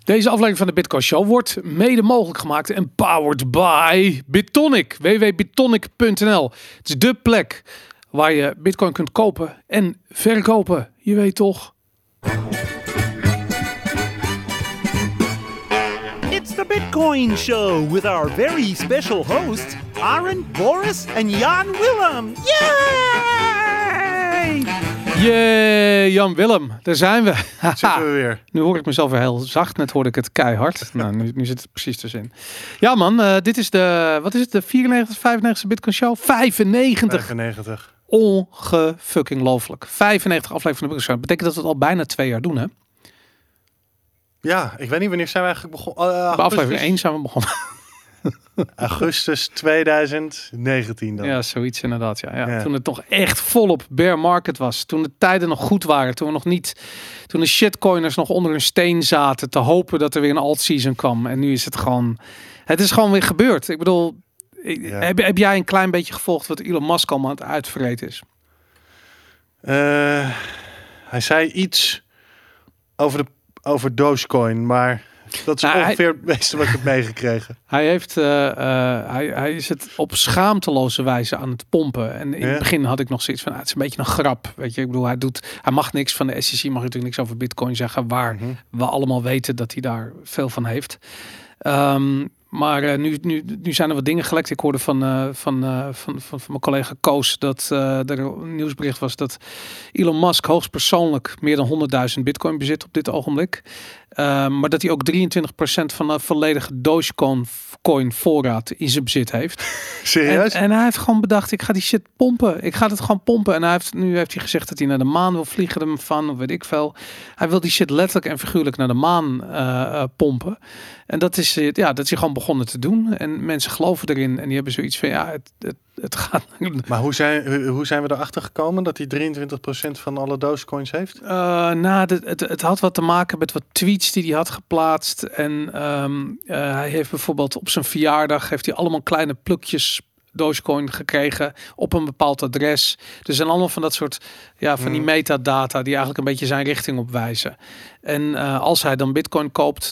Deze aflevering van de Bitcoin Show wordt mede mogelijk gemaakt en powered by BitTonic. www.bitonic.nl. Het is dé plek waar je Bitcoin kunt kopen en verkopen. Je weet toch? It's the Bitcoin Show with our very special hosts, Aaron, Boris, and Jan Willem. Yay! Jee, Jan Willem, daar zijn we. Zitten we weer. Nu hoor ik mezelf weer heel zacht, net hoorde ik het keihard. Nou, nu zit het precies tussenin. Ja man, dit is de, wat is het, de 94, 95 Bitcoin Show? 95. Ongefucking looflijk. 95 afleveringen van de Bitcoin Show. Dat betekent dat we het al bijna 2 jaar doen, hè? Ja, ik weet niet wanneer zijn we eigenlijk begonnen. Bij aflevering 1 zijn we begonnen. Augustus 2019 dan. Ja, zoiets inderdaad. Ja. Toen het nog echt volop bear market was. Toen de tijden nog goed waren. Toen de shitcoiners nog onder een steen zaten te hopen dat er weer een alt-season kwam. En nu is het gewoon... Het is gewoon weer gebeurd. Ik bedoel, heb jij een klein beetje gevolgd wat Elon Musk allemaal aan het uitvreten is? Hij zei iets over Dogecoin, maar... Dat is ongeveer het meeste wat ik heb meegekregen. Hij is het op schaamteloze wijze aan het pompen. En in het begin had ik nog zoiets van, het is een beetje een grap. Weet je, ik bedoel, hij mag niks van de SEC, mag natuurlijk niks over Bitcoin zeggen, waar we allemaal weten dat hij daar veel van heeft. Maar nu zijn er wat dingen gelekt. Ik hoorde van mijn collega Koos dat er een nieuwsbericht was dat Elon Musk hoogstpersoonlijk meer dan 100.000 Bitcoin bezit op dit ogenblik. Maar dat hij ook 23% van de volledige Dogecoin voorraad in zijn bezit heeft. Serieus? En hij heeft gewoon bedacht, ik ga die shit pompen. Ik ga het gewoon pompen. En nu heeft hij gezegd dat hij naar de maan wil vliegen of weet ik veel. Hij wil die shit letterlijk en figuurlijk naar de maan pompen. En dat is hij gewoon begonnen te doen. En mensen geloven erin. En die hebben zoiets van, het gaat... Maar hoe zijn we erachter gekomen dat hij 23% van alle Dogecoins heeft? Het had wat te maken met wat tweets die hij had geplaatst. En hij heeft bijvoorbeeld op zijn verjaardag heeft hij allemaal kleine plukjes Dogecoin gekregen op een bepaald adres. Er zijn allemaal van dat soort van die metadata die eigenlijk een beetje zijn richting op wijzen. En als hij dan Bitcoin koopt,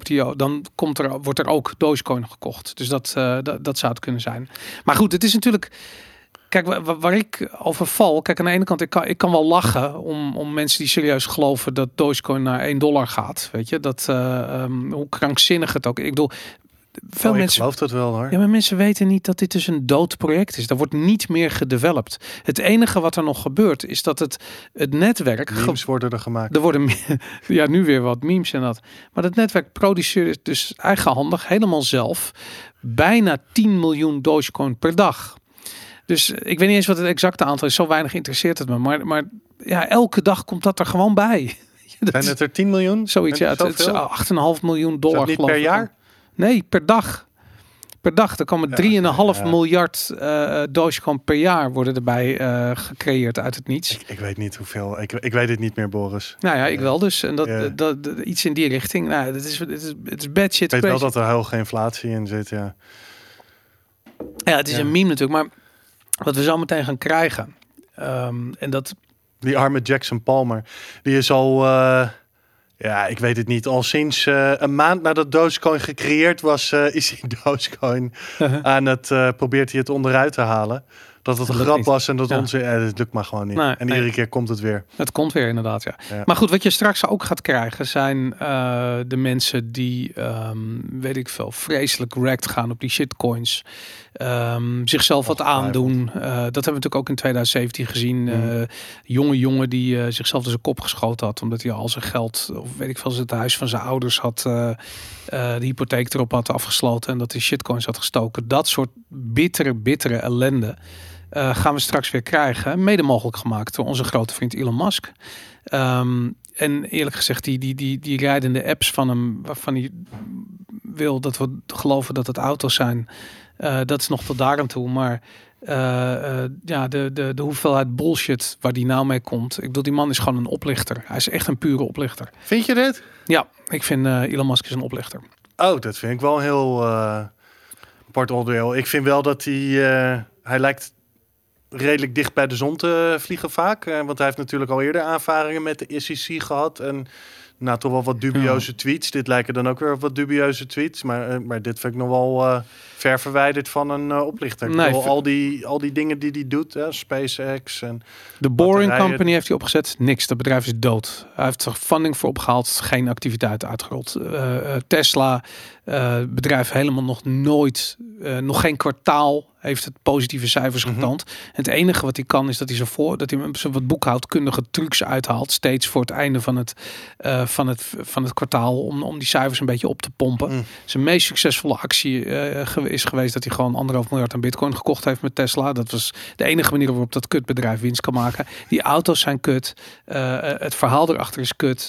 wordt er ook Dogecoin gekocht. Dus dat zou het kunnen zijn. Maar goed, het is natuurlijk... Kijk, waar ik over val... Kijk, aan de ene kant, ik kan wel lachen om mensen die serieus geloven dat Dogecoin naar $1 gaat. Weet je, hoe krankzinnig het ook... Ik bedoel, veel mensen geloof dat wel, hoor. Ja, maar mensen weten niet dat dit dus een dood project is. Er wordt niet meer gedeveloped. Het enige wat er nog gebeurt is dat het netwerk... Memes worden er gemaakt. Er worden nu weer wat memes en dat. Maar het netwerk produceert dus eigenhandig, helemaal zelf, bijna 10 miljoen Dogecoin per dag. Dus ik weet niet eens wat het exacte aantal is. Zo weinig interesseert het me. Maar elke dag komt dat er gewoon bij. Zijn het er 10 miljoen? Zoiets, het is $8,5 miljoen. Is dat niet per jaar? Nee, per dag. Per dag. Er komen 3,5 miljard Dogecoin per jaar worden erbij gecreëerd uit het niets. Ik weet niet hoeveel. Ik weet het niet meer, Boris. Nou ja, ik wel dus. En dat iets in die richting. Nou, het is bad shit. Ik weet wel dat er hoge inflatie in zit, ja. Ja, het is een meme natuurlijk. Maar wat we zo meteen gaan krijgen. En dat... Die arme Jackson Palmer. Die is al... ik weet het niet. Al sinds een maand nadat Dogecoin gecreëerd was, is hij Dogecoin aan het probeert hij het onderuit te halen. Dat het een grap was en dat het lukt maar gewoon niet. Nee, en iedere keer komt het weer. Het komt weer inderdaad, ja. Maar goed, wat je straks ook gaat krijgen zijn de mensen die, weet ik veel, vreselijk wrecked gaan op die shitcoins. Zichzelf wat aandoen. Dat hebben we natuurlijk ook in 2017 gezien. Jongen die zichzelf in zijn kop geschoten had. Omdat hij al zijn geld, of weet ik veel, het huis van zijn ouders had, de hypotheek erop had afgesloten. En dat hij shitcoins had gestoken. Dat soort bittere ellende. Gaan we straks weer krijgen. Mede mogelijk gemaakt door onze grote vriend Elon Musk. En eerlijk gezegd, die rijdende apps van hem, waarvan hij wil dat we geloven dat het auto's zijn, dat is nog tot daar aan toe. Maar de hoeveelheid bullshit waar die nou mee komt. Ik bedoel, die man is gewoon een oplichter. Hij is echt een pure oplichter. Vind je dit? Ja, ik vind Elon Musk is een oplichter. Oh, dat vind ik wel een heel apart oordeel. Ik vind wel dat hij lijkt redelijk dicht bij de zon te vliegen vaak. Want hij heeft natuurlijk al eerder aanvaringen met de SEC gehad. En nou, toch wel wat dubieuze tweets. Dit lijken dan ook weer wat dubieuze tweets. Maar dit vind ik nog wel ver verwijderd van een oplichter. Nee, al die dingen die hij doet, SpaceX en de Boring Company heeft hij opgezet. Niks, dat bedrijf is dood. Hij heeft er funding voor opgehaald, geen activiteit uitgerold. Tesla, bedrijf helemaal nog nooit, nog geen kwartaal heeft het positieve cijfers getoond. En het enige wat hij kan is dat hij wat boekhoudkundige trucs uithaalt, steeds voor het einde van het kwartaal, om die cijfers een beetje op te pompen. Zijn meest succesvolle actie is geweest dat hij gewoon 1,5 miljard aan Bitcoin gekocht heeft met Tesla. Dat was de enige manier waarop dat kutbedrijf winst kan maken. Die auto's zijn kut. Het verhaal erachter is kut.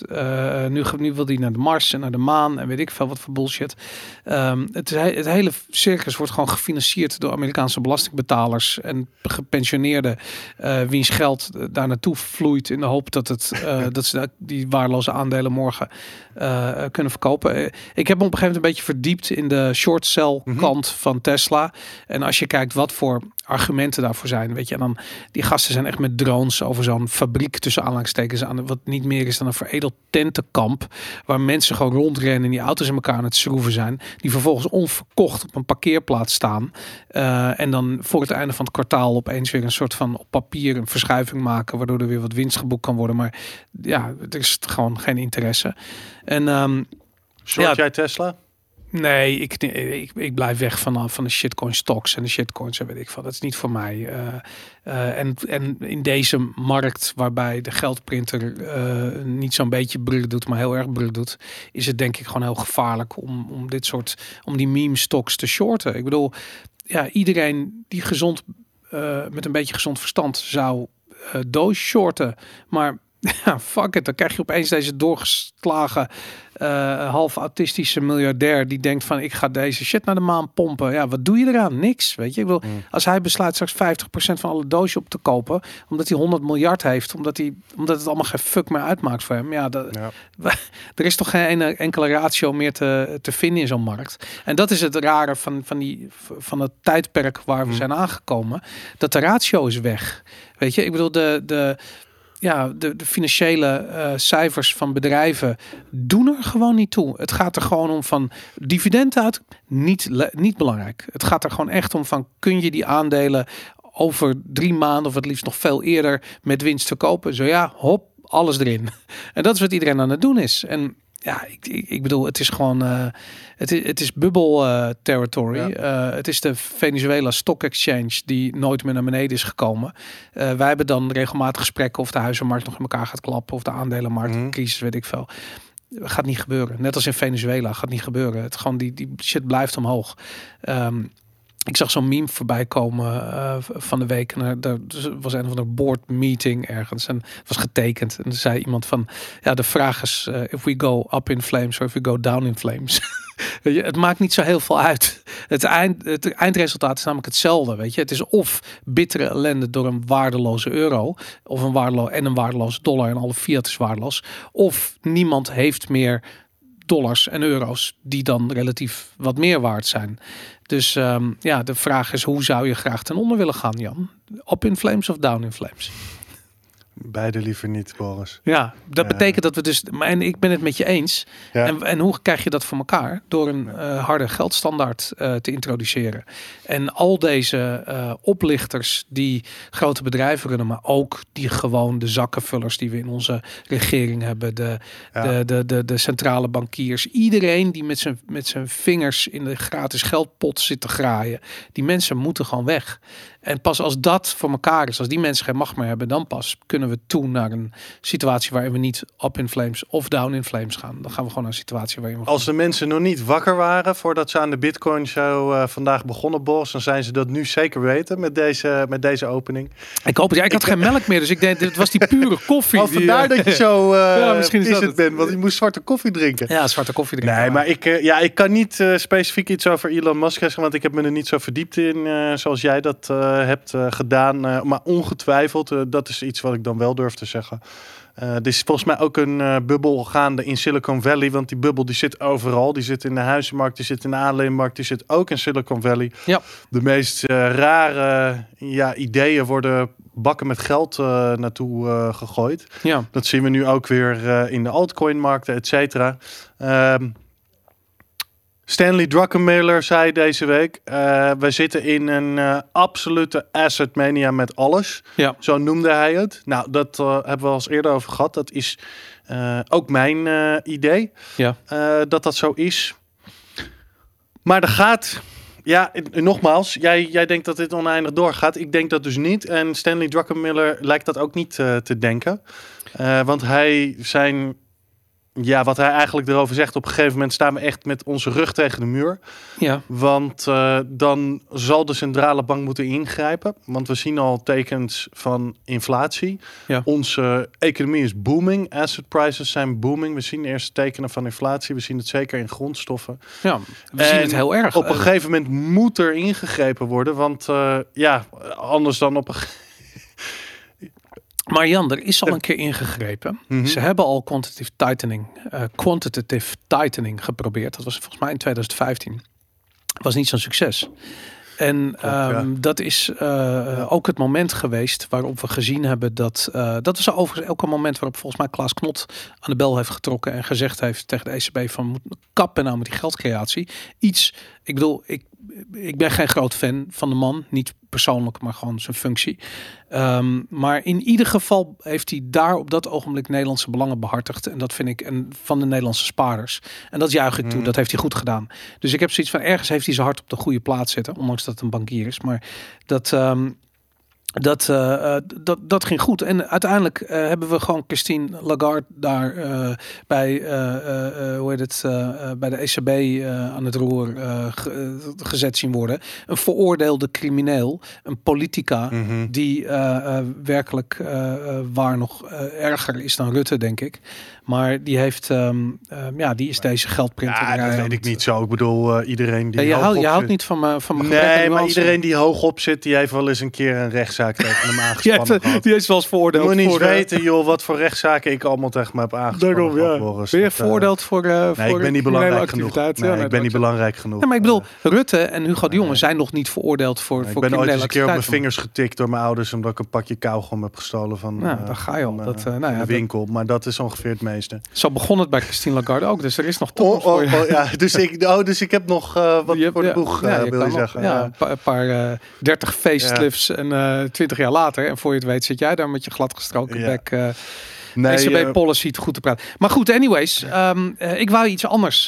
Nu wil hij naar de Mars en naar de maan en weet ik veel wat voor bullshit. Het hele circus wordt gewoon gefinancierd door Amerikaanse belastingbetalers en gepensioneerden wiens geld daar naartoe vloeit in de hoop dat ze die waardeloze aandelen morgen kunnen verkopen. Ik heb me op een gegeven moment een beetje verdiept in de short sell kant van Tesla. En als je kijkt wat voor argumenten daarvoor zijn, weet je, en dan die gasten zijn echt met drones over zo'n fabriek tussen aanhalingstekens aan wat niet meer is dan een veredeld tentenkamp waar mensen gewoon rondrennen en die auto's in elkaar aan het schroeven zijn, die vervolgens onverkocht op een parkeerplaats staan en dan voor het einde van het kwartaal opeens weer een soort van op papier een verschuiving maken waardoor er weer wat winst geboekt kan worden, maar ja, er is gewoon geen interesse. En short jij Tesla? Nee, ik blijf weg van de shitcoin stocks en de shitcoins en weet ik veel. Dat is niet voor mij. En in deze markt waarbij de geldprinter niet zo'n beetje brug doet, maar heel erg brug doet, is het denk ik gewoon heel gevaarlijk om die meme stocks te shorten. Ik bedoel, ja, iedereen die met een beetje gezond verstand zou Doge shorten, maar ja, fuck it. Dan krijg je opeens deze doorgeslagen half autistische miljardair die denkt van ik ga deze shit naar de maan pompen. Ja, wat doe je eraan? Niks, weet je. Ik bedoel, als hij besluit straks 50% van alle Doge op te kopen, omdat hij 100 miljard heeft, omdat het allemaal geen fuck meer uitmaakt voor hem. Ja, er is toch geen enkele ratio meer te vinden in zo'n markt. En dat is het rare van het tijdperk waar we zijn aangekomen. Dat de ratio is weg. Weet je, ik bedoel, de financiële cijfers van bedrijven doen er gewoon niet toe. Het gaat er gewoon om van dividenden uit, niet belangrijk. Het gaat er gewoon echt om van kun je die aandelen over 3 maanden of het liefst nog veel eerder met winst verkopen. Zo ja, hop, alles erin. En dat is wat iedereen aan het doen is. En ja, ik bedoel, het is gewoon het is bubbel territory. Ja. Het is de Venezuela Stock Exchange die nooit meer naar beneden is gekomen. Wij hebben dan regelmatig gesprekken of de huizenmarkt nog in elkaar gaat klappen of de aandelenmarkt, crisis, weet ik veel. Gaat niet gebeuren. Net als in Venezuela gaat niet gebeuren. Het gewoon die shit blijft omhoog. Ik zag zo'n meme voorbij komen van de week. En er was een of andere board meeting ergens. En het was getekend. En er zei iemand van, ja, de vraag is if we go up in flames or if we go down in flames. Het maakt niet zo heel veel uit. Het eindresultaat is namelijk hetzelfde. Weet je? Het is of bittere ellende door een waardeloze euro. Of een waardeloze dollar. En alle fiat is waardeloos. Of niemand heeft meer dollars en euro's die dan relatief wat meer waard zijn. Dus de vraag is, hoe zou je graag ten onder willen gaan, Jan? Up in flames of down in flames? Beide liever niet, Boris. Ja, dat betekent dat we dus... En ik ben het met je eens. Ja. En hoe krijg je dat voor elkaar? Door een harde geldstandaard te introduceren. En al deze oplichters die grote bedrijven runnen, maar ook die gewoon de zakkenvullers die we in onze regering hebben. De centrale bankiers. Iedereen die met zijn vingers in de gratis geldpot zit te graaien. Die mensen moeten gewoon weg. En pas als dat voor elkaar is, als die mensen geen macht meer hebben, dan pas kunnen we toe naar een situatie waarin we niet up in flames of down in flames gaan. Dan gaan we gewoon naar een situatie waarin we... Als de mensen nog niet wakker waren voordat ze aan de Bitcoin Show vandaag begonnen, Boris, dan zijn ze dat nu zeker weten met deze opening. Ik hoop het. Ja, ik had geen melk meer, dus ik denk, het was die pure koffie. Oh, vandaar dat je zo misschien is het bent, want je moest zwarte koffie drinken. Ja, zwarte koffie drinken. Nee, maar ik kan niet specifiek iets over Elon Musk zeggen, want ik heb me er niet zo verdiept in zoals jij dat hebt gedaan. Maar ongetwijfeld, dat is iets wat ik dan wel durf te zeggen. Er is volgens mij ook een bubbel gaande in Silicon Valley. Want die bubbel die zit overal. Die zit in de huizenmarkt, die zit in de aanleunmarkt. Die zit ook in Silicon Valley. Ja. De meest rare ideeën worden bakken met geld naartoe gegooid. Ja. Dat zien we nu ook weer in de altcoin-markten, et cetera. Stanley Druckenmiller zei deze week... wij zitten in een absolute asset mania met alles. Ja. Zo noemde hij het. Nou, dat hebben we al eens eerder over gehad. Dat is ook mijn idee. Ja. Dat zo is. Maar er gaat... Ja, nogmaals, jij denkt dat dit oneindig doorgaat. Ik denk dat dus niet. En Stanley Druckenmiller lijkt dat ook niet te denken. Want wat hij eigenlijk erover zegt... op een gegeven moment staan we echt met onze rug tegen de muur. Ja. Want dan zal de centrale bank moeten ingrijpen. Want we zien al tekens van inflatie. Ja. Onze economie is booming. Asset prices zijn booming. We zien de eerste tekenen van inflatie. We zien het zeker in grondstoffen. Ja, we zien het heel erg. Op een gegeven moment moet er ingegrepen worden. Want anders dan op een Maar Jan, er is al een keer ingegrepen. Mhm. Ze hebben al quantitative tightening geprobeerd. Dat was volgens mij in 2015. Was niet zo'n succes. En dat is ook het moment geweest waarop we gezien hebben dat... dat is overigens ook een moment waarop volgens mij Klaas Knot aan de bel heeft getrokken en gezegd heeft tegen de ECB van moet kappen nou met die geldcreatie. Ik bedoel, ik ben geen groot fan van de man. Niet persoonlijk, maar gewoon zijn functie. Maar in ieder geval heeft hij daar op dat ogenblik Nederlandse belangen behartigd. En dat vind ik van de Nederlandse spaarders. En dat juich ik toe. Dat heeft hij goed gedaan. Dus ik heb zoiets van ergens heeft hij zijn hart op de goede plaats zitten. Ondanks dat het een bankier is. Maar dat ging goed. En uiteindelijk hebben we gewoon Christine Lagarde daar bij de ECB aan het roer gezet zien worden. Een veroordeelde crimineel, een politica die werkelijk waar nog erger is dan Rutte, denk ik. Maar die heeft, die is deze geldprinter. Ja, dat weet ik niet zo. Ik bedoel, iedereen die je houdt niet van mijn Nee, maar iedereen die hoog op zit, die heeft wel eens een keer een rechtszaak tegen hem aangespannen gehad. Die is wel eens veroordeeld. Je moet niet weten, joh, wat voor rechtszaken ik allemaal tegen me heb aangespannen gehad. Ben je veroordeeld voor ik ben niet belangrijk genoeg. Ik ben niet belangrijk genoeg. Ja, maar ik bedoel, Rutte en Hugo de Jonge zijn nog niet veroordeeld voor ik ben ooit eens een keer op mijn vingers getikt door mijn ouders omdat ik een pakje kauwgom heb gestolen van daar ga je al. De winkel. Maar dat is ongeveer het meeste. Zo begon het bij Christine Lagarde ook, dus er is nog toch dus ik heb nog wat voor de boeg, wil je zeggen. Ja, een paar 30 facelifts en 20 jaar later. En voor je het weet zit jij daar met je gladgestroken bek... ECB policy goed te praten. Maar goed, anyways. Ik wou iets anders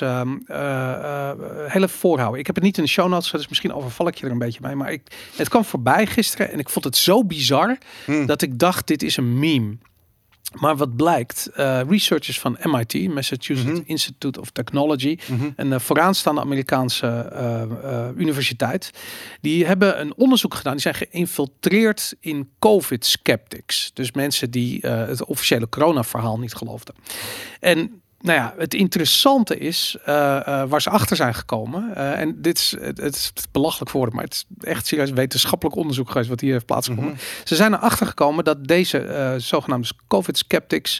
heel even voorhouden. Ik heb het niet in de show notes, dus misschien overval ik je er een beetje mee. Maar het kwam voorbij gisteren en ik vond het zo bizar dat ik dacht, dit is een meme. Maar wat blijkt, researchers van MIT, Massachusetts Institute of Technology, een vooraanstaande Amerikaanse universiteit, die hebben een onderzoek gedaan. Die zijn geïnfiltreerd in COVID-skeptics. Dus mensen die het officiële corona-verhaal niet geloofden. En nou ja, het interessante is waar ze achter zijn gekomen. En het is belachelijk voor woorden, maar het is echt serieus wetenschappelijk onderzoek geweest wat hier heeft plaatsgevonden. Ze zijn erachter gekomen dat deze zogenaamde COVID-skeptics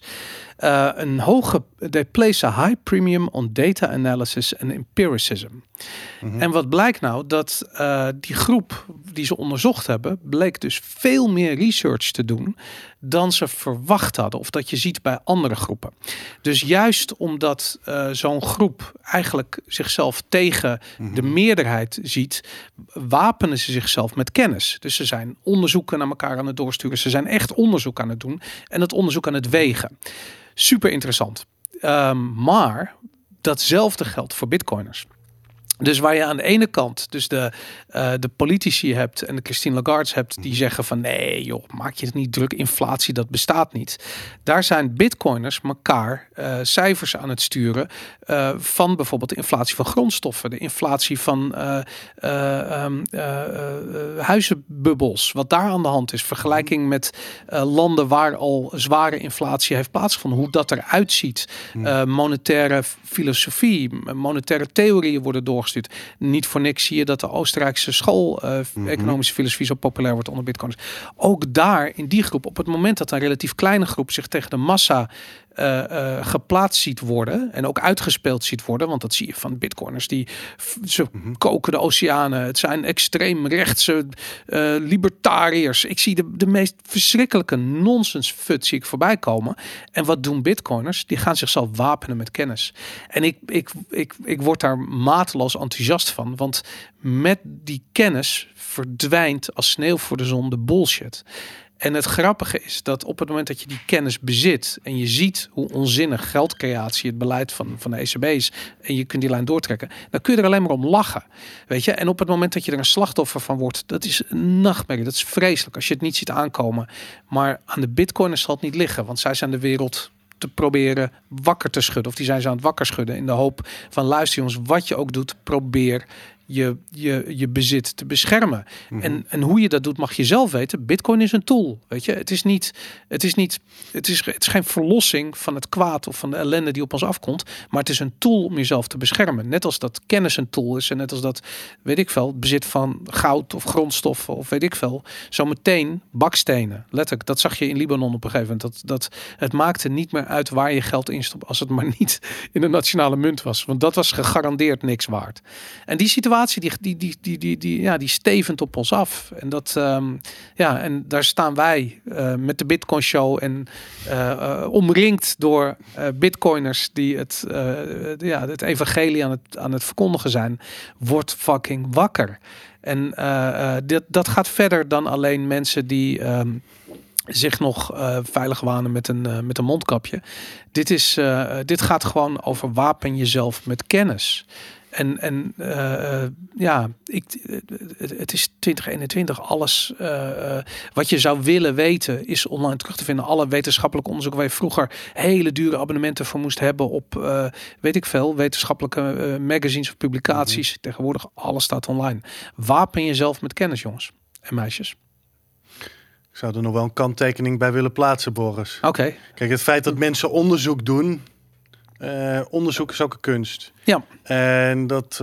they place a high premium on data analysis and empiricism. En wat blijkt nou? Dat die groep die ze onderzocht hebben, bleek dus veel meer research te doen dan ze verwacht hadden. Of dat je ziet bij andere groepen. Dus juist omdat zo'n groep eigenlijk zichzelf tegen de meerderheid ziet, wapenen ze zichzelf met kennis. Dus ze zijn onderzoeken naar elkaar aan het doorsturen. Ze zijn echt onderzoek aan het doen en het onderzoek aan het wegen. Super interessant. Maar datzelfde geldt voor bitcoiners. Dus waar je aan de ene kant dus de politici hebt en de Christine Lagarde hebt die zeggen van nee joh, maak je het niet druk, inflatie dat bestaat niet. Daar zijn bitcoiners elkaar cijfers aan het sturen van bijvoorbeeld de inflatie van grondstoffen, de inflatie van huizenbubbels, wat daar aan de hand is, vergelijking met landen waar al zware inflatie heeft plaatsgevonden, hoe dat eruit ziet. Monetaire filosofie, monetaire theorieën worden doorgegeven. doorgestuurd. Niet voor niks zie je dat de Oostenrijkse school economische filosofie zo populair wordt onder bitcoiners. Ook daar, in die groep, op het moment dat een relatief kleine groep zich tegen de massa geplaatst ziet worden en ook uitgespeeld ziet worden, want dat zie je van bitcoiners ze koken de oceanen. Het zijn extreem rechtse libertariërs. Ik zie de meest verschrikkelijke nonsens fut zie ik voorbij komen. En wat doen bitcoiners? Die gaan zichzelf wapenen met kennis. En ik word daar mateloos enthousiast van, want met die kennis verdwijnt als sneeuw voor de zon de bullshit. En het grappige is dat op het moment dat je die kennis bezit en je ziet hoe onzinnig geldcreatie het beleid van de ECB is en je kunt die lijn doortrekken, dan kun je er alleen maar om lachen. Weet je? En op het moment dat je er een slachtoffer van wordt, dat is een nachtmerrie. Dat is vreselijk als je het niet ziet aankomen. Maar aan de bitcoiners zal het niet liggen, want zij zijn de wereld te proberen wakker te schudden. Of die zijn ze aan het wakker schudden in de hoop van luister jongens, wat je ook doet, probeer je bezit te beschermen. En hoe je dat doet mag je zelf weten. Bitcoin is een tool, weet je. Het is geen verlossing van het kwaad of van de ellende die op ons afkomt, maar het is een tool om jezelf te beschermen. Net als dat kennis een tool is en net als dat, weet ik veel, bezit van goud of grondstoffen of weet ik veel. Zometeen bakstenen. Letterlijk, dat zag je in Libanon op een gegeven moment. Dat het maakte niet meer uit waar je geld instopt als het maar niet in de nationale munt was. Want dat was gegarandeerd niks waard. En die situatie die stevend op ons af. En dat en daar staan wij met de Bitcoin Show en omringd door bitcoiners die het evangelie aan het verkondigen zijn. Wordt fucking wakker. En dat gaat verder dan alleen mensen die zich nog veilig wanen met een mondkapje. Dit gaat gewoon over wapen jezelf met kennis. Het is 2021. Alles wat je zou willen weten is online terug te vinden. Alle wetenschappelijke onderzoeken waar je vroeger hele dure abonnementen voor moest hebben op weet ik veel, wetenschappelijke magazines of publicaties. Tegenwoordig alles staat online. Wapen jezelf met kennis, jongens en meisjes. Ik zou er nog wel een kanttekening bij willen plaatsen, Boris. Oké. Kijk, het feit dat mensen onderzoek doen. Onderzoek is ook een kunst. Ja. En dat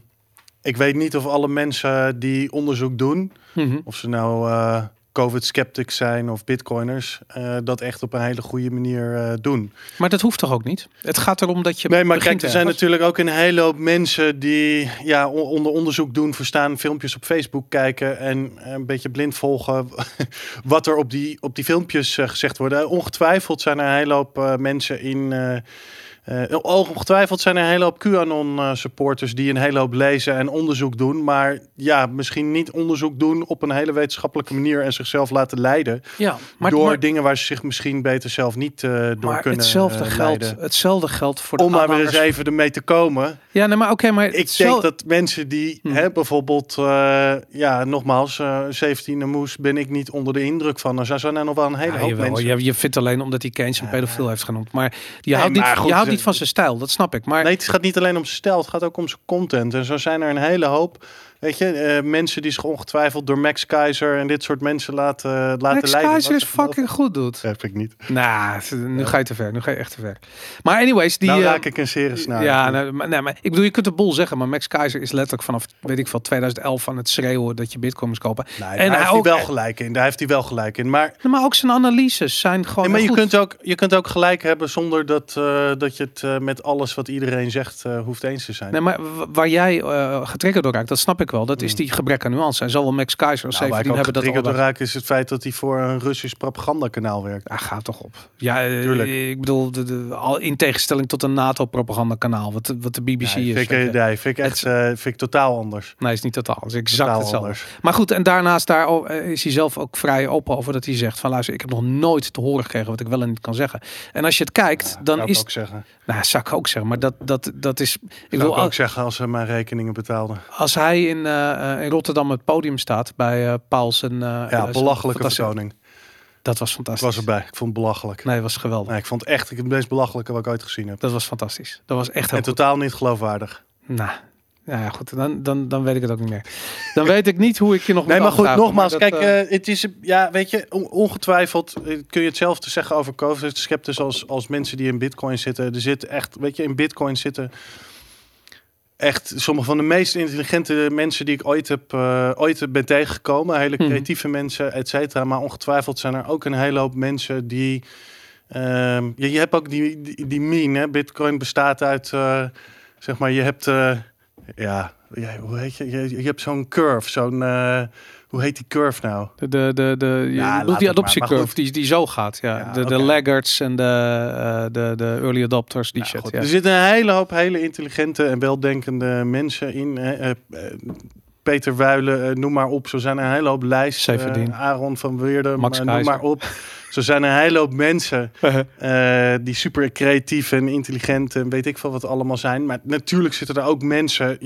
ik weet niet of alle mensen die onderzoek doen, of ze nou COVID-skeptics zijn of bitcoiners, dat echt op een hele goede manier doen. Maar dat hoeft toch ook niet? Het gaat erom dat je... Nee, maar kijk, er zijn natuurlijk ook een hele hoop mensen die onder onderzoek doen, verstaan, filmpjes op Facebook kijken en een beetje blind volgen wat er op die filmpjes gezegd wordt. Ongetwijfeld zijn er een hele hoop mensen in... ongetwijfeld zijn er een hele hoop QAnon-supporters die een hele hoop lezen en onderzoek doen. Maar misschien niet onderzoek doen op een hele wetenschappelijke manier en zichzelf laten leiden. Ja, door dingen waar ze zich misschien beter zelf niet door kunnen leiden. Hetzelfde geldt voor de om maar weer eens even ermee te komen. Ja, nee, maar oké, maar ik denk dat mensen die bijvoorbeeld, nogmaals, 17e moes ben ik niet onder de indruk van. Er zijn er nog wel een hele hoop mensen. Je vindt alleen omdat hij Keynes een pedofiel heeft genoemd. Maar je houdt niet van zijn stijl, dat snap ik. Maar nee, het gaat niet alleen om zijn stijl, het gaat ook om zijn content. En zo zijn er een hele hoop, weet je, mensen die zich ongetwijfeld door Max Keizer en dit soort mensen laten leiden. Max Keizer is fucking goed, doet. Dat heb ik niet. Nou, nu ga je te ver. Nu ga je echt te ver. Maar anyways, die... Nou raak ik een serie snaar. Ja, maar ik bedoel, je kunt de boel zeggen, maar Max Keizer is letterlijk vanaf, weet ik veel, 2011 aan het schreeuwen dat je bitcoin moest kopen. Nee, en daar heeft hij wel gelijk in. Maar ook zijn analyses zijn gewoon maar je kunt ook gelijk hebben zonder dat je het met alles wat iedereen zegt hoeft eens te zijn. Nee, maar waar jij getriggerd door raakt, dat snap ik wel. Dat is die gebrek aan nuance. En zowel Max Keizer als 17 hebben dat al. Waar ik raak is het feit dat hij voor een Russisch propagandakanaal werkt. Gaat toch op. Ja, ik bedoel, in tegenstelling tot een NATO-propagandakanaal, wat de BBC is. Vind ik totaal anders. Nee, is niet totaal. Het is exact hetzelfde. Maar goed, en daarnaast daar is hij zelf ook vrij open over dat hij zegt van luister, ik heb nog nooit te horen gekregen wat ik wel en niet kan zeggen. En als je het kijkt, dan is... ook zeggen. Nou, zou ik ook zeggen. Maar dat is... Ik wil ook zeggen als ze mijn rekeningen betaalden. Als hij in Rotterdam het podium staat bij Pauls en... belachelijke vertoning. Dat was fantastisch. Ik was erbij. Ik vond het belachelijk. Nee, het was geweldig. Nee, ik vond het echt het meest belachelijke wat ik ooit gezien heb. Dat was fantastisch. Dat was echt heel en totaal niet geloofwaardig. Nou, ja, goed. Dan weet ik het ook niet meer. Dan weet ik niet hoe ik je nog... Nee, maar goed, nogmaals. Kijk, het is... Ja, weet je, ongetwijfeld kun je hetzelfde zeggen over COVID-sceptics als mensen die in Bitcoin zitten. Er zit echt, weet je, in Bitcoin zitten echt sommige van de meest intelligente mensen die ik ooit ben tegengekomen. Hele creatieve mensen, et cetera. Maar ongetwijfeld zijn er ook een hele hoop mensen die... je hebt ook die meme, hè? Bitcoin bestaat uit... zeg maar, je hebt... hoe heet je? Je hebt zo'n curve, hoe heet die curve nou? Die adoptiecurve die zo gaat. Ja. De laggards en de early adopters, die shit. Goed, ja. Er zitten een hele hoop hele intelligente en weldenkende mensen in. Peter Wuilen, noem maar op. Zo zijn er een hele hoop lijsten. Aaron van Weerden, noem maar op. Zo zijn er een hele hoop mensen die super creatief en intelligent en weet ik veel wat allemaal zijn. Maar natuurlijk zitten er ook mensen,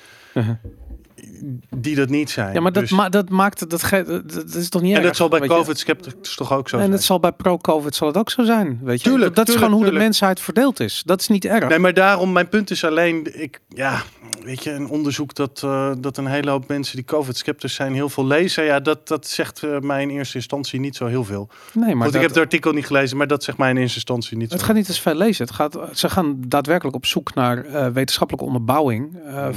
die dat niet zijn. Ja, maar dat maakt dat is toch niet erg? En dat zal bij COVID-sceptics toch ook zo zijn? En het zal bij pro-COVID zal het ook zo zijn, weet je? Tuurlijk, dat is gewoon hoe de mensheid verdeeld is. Dat is niet erg. Nee, maar daarom, mijn punt is alleen, weet je, een onderzoek dat een hele hoop mensen die COVID-sceptics zijn heel veel lezen. Ja, dat zegt mij in eerste instantie niet zo heel veel. Nee, maar ik heb het artikel niet gelezen, maar dat zegt mij in eerste instantie niet zo. Het gaat niet eens veel lezen. Ze gaan daadwerkelijk op zoek naar wetenschappelijke onderbouwing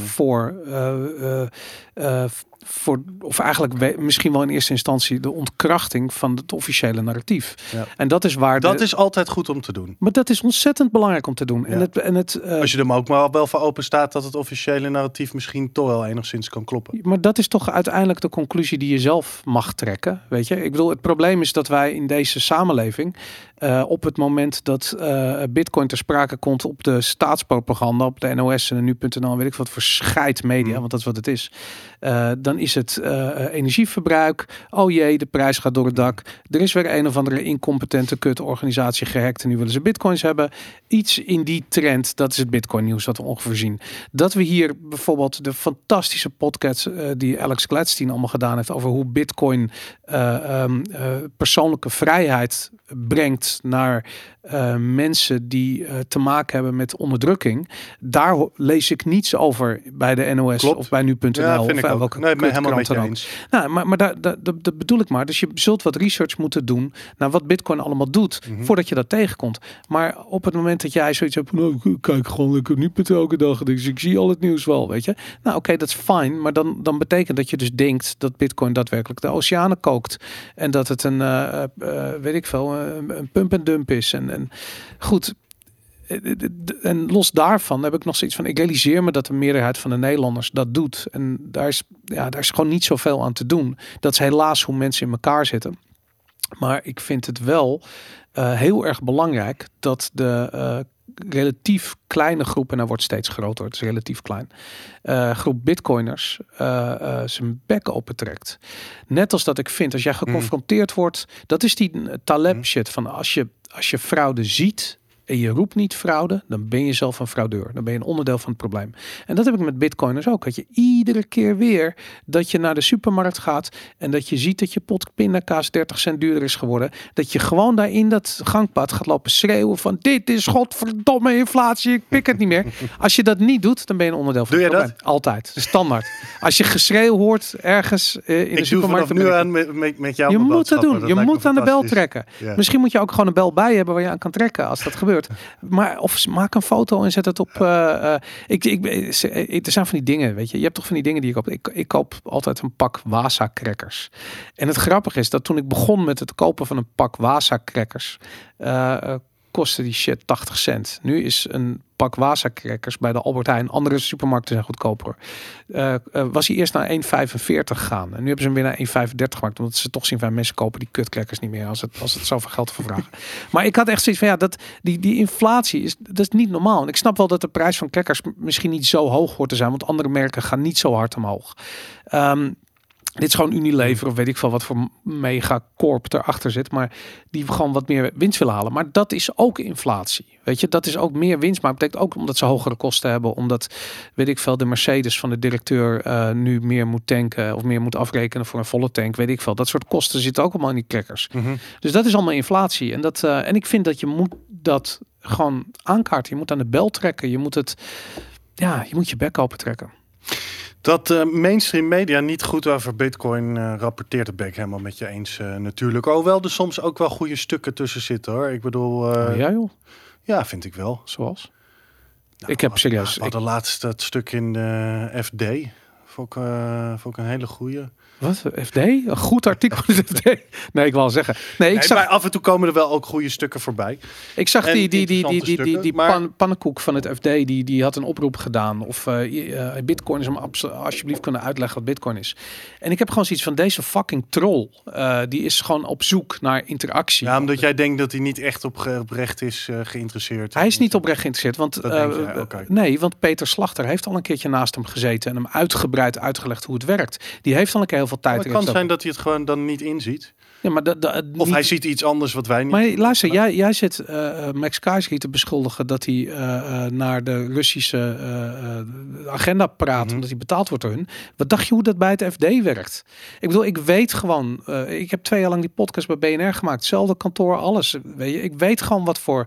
of eigenlijk misschien wel in eerste instantie de ontkrachting van het officiële narratief. Ja. En dat is waar. Dat is altijd goed om te doen. Maar dat is ontzettend belangrijk om te doen. Ja. Als je er ook maar wel voor open staat dat het officiële narratief misschien toch wel enigszins kan kloppen. Maar dat is toch uiteindelijk de conclusie die je zelf mag trekken. Weet je? Ik bedoel, het probleem is dat wij in deze samenleving op het moment dat Bitcoin ter sprake komt op de staatspropaganda, op de NOS en nu.nl, weet ik wat voor scheidmedia, want dat is wat het is. Dan is het energieverbruik. Oh jee, de prijs gaat door het dak. Er is weer een of andere incompetente kutorganisatie gehackt en nu willen ze bitcoins hebben. Iets in die trend, dat is het Bitcoin nieuws wat we ongeveer zien. Dat we hier bijvoorbeeld de fantastische podcast die Alex Gladstein allemaal gedaan heeft over hoe Bitcoin persoonlijke vrijheid brengt naar mensen die te maken hebben met onderdrukking. Daar lees ik niets over bij de NOS. Klopt. Of bij nu.nl. Ja, of welke helemaal met je eens. Nou, maar dat bedoel ik maar. Dus je zult wat research moeten doen naar wat Bitcoin allemaal doet voordat je dat tegenkomt. Maar op het moment dat jij zoiets hebt, nou, ik kijk gewoon lekker nu.nl elke dag, dus ik zie al het nieuws wel, weet je. Nou, oké, dat is fijn, maar dan betekent dat je dus denkt dat Bitcoin daadwerkelijk de oceanen kookt en dat het een pump en dump is. En goed. En los daarvan heb ik nog zoiets van, ik realiseer me dat de meerderheid van de Nederlanders dat doet. En daar is gewoon niet zoveel aan te doen. Dat is helaas hoe mensen in elkaar zitten. Maar ik vind het wel heel erg belangrijk dat de relatief kleine groep, en dat wordt steeds groter, het is relatief klein, groep bitcoiners zijn bek opentrekt. Net als dat ik vind, als jij geconfronteerd wordt, dat is die Taleb shit van als je fraude ziet en je roept niet fraude, dan ben je zelf een fraudeur. Dan ben je een onderdeel van het probleem. En dat heb ik met bitcoiners ook. Dat je iedere keer weer dat je naar de supermarkt gaat en dat je ziet dat je pot pindakaas 30 cent duurder is geworden. Dat je gewoon daar in dat gangpad gaat lopen schreeuwen van dit is godverdomme inflatie, ik pik het niet meer. Als je dat niet doet, dan ben je een onderdeel van het probleem. Dat? Altijd. Standaard. Als je geschreeuw hoort ergens in de supermarkt. Ik doe vanaf nu aan met jou. Je moet dat doen. Je moet aan de bel trekken. Ja. Misschien moet je ook gewoon een bel bij hebben waar je aan kan trekken als dat gebeurt. Maar of maak een foto en zet het op. Er zijn van die dingen, weet je. Je hebt toch van die dingen die ik koop. Ik koop altijd een pak Wasa crackers. En het grappige is dat toen ik begon met het kopen van een pak Wasa crackers, kostte die shit 80 cent. Nu is een pak Wasa crackers bij de Albert Heijn, andere supermarkten zijn goedkoper. Was hij eerst naar 1,45 gegaan. En nu hebben ze hem weer naar 1,35 gemaakt. Omdat ze toch zien van mensen kopen die kutcrackers niet meer als het zoveel geld te vragen. Maar ik had echt zoiets van die inflatie dat is niet normaal. En ik snap wel dat de prijs van crackers misschien niet zo hoog hoort te zijn, want andere merken gaan niet zo hard omhoog. Dit is gewoon Unilever of weet ik veel wat voor megacorp erachter zit. Maar die gewoon wat meer winst willen halen. Maar dat is ook inflatie. Weet je, dat is ook meer winst. Maar het betekent ook omdat ze hogere kosten hebben. Omdat, weet ik veel, de Mercedes van de directeur nu meer moet tanken. Of meer moet afrekenen voor een volle tank. Weet ik veel. Dat soort kosten zitten ook allemaal in die crackers. Dus dat is allemaal inflatie. En ik vind dat je moet dat gewoon aankaarten. Je moet aan de bel trekken. Je moet je bek open trekken. Dat mainstream media niet goed over Bitcoin rapporteert, dat ben ik helemaal met je eens natuurlijk. Hoewel er soms ook wel goede stukken tussen zitten hoor. Ik bedoel... ja joh? Ja, vind ik wel. Zoals? Ik heb serieus... We hadden laatst dat stuk in de FD. Vond ik een hele goeie. Wat? FD? Een goed artikel in de FD? Nee, ik wil zeggen. Nee, maar af en toe komen er wel ook goede stukken voorbij. Ik zag die pannenkoek van het FD, die had een oproep gedaan. Of Bitcoin is, hem alsjeblieft kunnen uitleggen wat Bitcoin is. En ik heb gewoon zoiets van, deze fucking troll, die is gewoon op zoek naar interactie. Ja, omdat jij denkt dat hij niet echt oprecht is geïnteresseerd. Hij is niet oprecht geïnteresseerd, want nee, want Peter Slachter heeft al een keertje naast hem gezeten en hem uitgebreid uitgelegd hoe het werkt. Die heeft al een keer heel veel tijd. Het kan zijn dat hij het gewoon dan niet inziet. Ja, maar of hij ziet iets anders wat wij niet. Maar luister, jij zit Max Keizer te beschuldigen dat hij naar de Russische agenda praat, omdat hij betaald wordt door hun. Wat dacht je hoe dat bij het FD werkt? Ik bedoel, ik weet gewoon, ik heb 2 jaar lang die podcast bij BNR gemaakt, hetzelfde kantoor, alles. Weet je, ik weet gewoon wat voor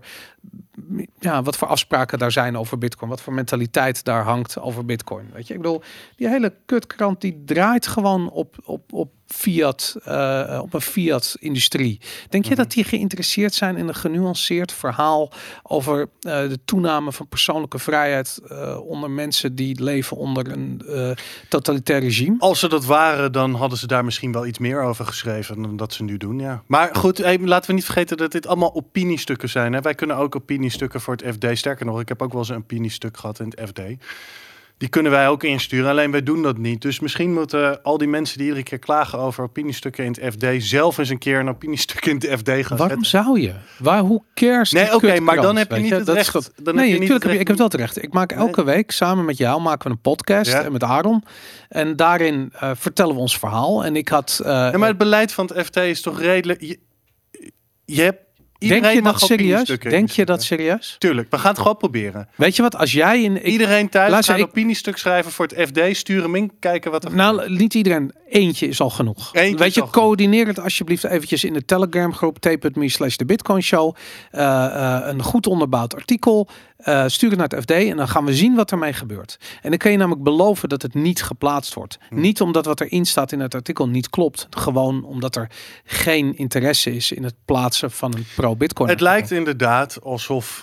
afspraken daar zijn over Bitcoin, wat voor mentaliteit daar hangt over Bitcoin. Weet je, ik bedoel, die hele kutkrant die draait gewoon op fiat, op een fiat-industrie. Denk je dat die geïnteresseerd zijn in een genuanceerd verhaal over de toename van persoonlijke vrijheid onder mensen die leven onder een totalitair regime? Als ze dat waren, dan hadden ze daar misschien wel iets meer over geschreven dan dat ze nu doen, ja. Maar goed, laten we niet vergeten dat dit allemaal opiniestukken zijn. Hè? Wij kunnen ook opiniestukken voor het FD. Sterker nog, ik heb ook wel eens een opiniestuk gehad in het FD. Die kunnen wij ook insturen, alleen wij doen dat niet. Dus misschien moeten al die mensen die iedere keer klagen over opiniestukken in het FD zelf eens een keer een opiniestuk in het FD gaan Waarom zetten. zou je? Hoe cares? Nee, oké, maar dan heb je niet het recht. Nee, natuurlijk heb ik heb wel het recht. Ik maak elke week samen met jou maken we een podcast en met Aaron. En daarin vertellen we ons verhaal. En ik had... maar het beleid van het FD is toch redelijk... Je hebt... Denk je dat serieus? Tuurlijk, we gaan het gewoon proberen. Weet je wat, als jij iedereen thuis gaat een opiniestuk schrijven voor het FD, stuur hem in, kijken wat er gebeurt. Niet iedereen, eentje is al genoeg. Weet je, coördineer het alsjeblieft eventjes in de Telegram groep t.me/thebitcoinshow. Een goed onderbouwd artikel. Stuur het naar het FD en dan gaan we zien wat ermee gebeurt. En dan kan je namelijk beloven dat het niet geplaatst wordt. Niet omdat wat erin staat in het artikel niet klopt. Gewoon omdat er geen interesse is in het plaatsen van een pro-Bitcoin. Het lijkt inderdaad alsof...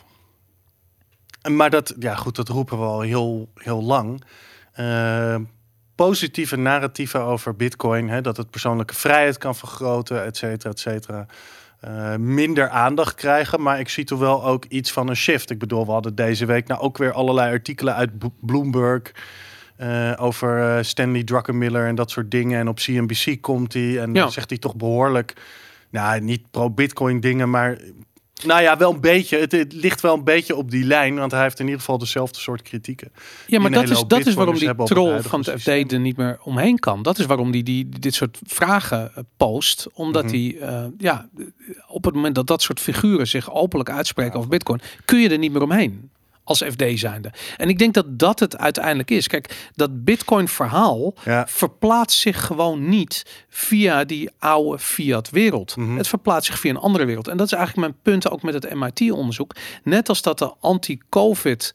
Maar dat roepen we al heel lang. Positieve narratieven over Bitcoin. Hè, dat het persoonlijke vrijheid kan vergroten, et cetera, et cetera. Minder aandacht krijgen, maar ik zie toch wel ook iets van een shift. Ik bedoel, we hadden deze week ook weer allerlei artikelen uit Bloomberg over Stanley Druckenmiller en dat soort dingen. En op CNBC komt hij en dan zegt hij toch behoorlijk, niet pro-Bitcoin dingen, maar wel een beetje. Het ligt wel een beetje op die lijn, want hij heeft in ieder geval dezelfde soort kritieken. Ja, maar dat is waarom die troll van het FD er niet meer omheen kan. Dat is waarom die dit soort vragen post. Omdat hij, op het moment dat soort figuren zich openlijk uitspreken over Bitcoin, kun je er niet meer omheen. Als FD zijnde. En ik denk dat het uiteindelijk is. Kijk, dat Bitcoin verhaal verplaatst zich gewoon niet via die oude fiat wereld. Het verplaatst zich via een andere wereld. En dat is eigenlijk mijn punt ook met het MIT onderzoek. Net als dat de anti-COVID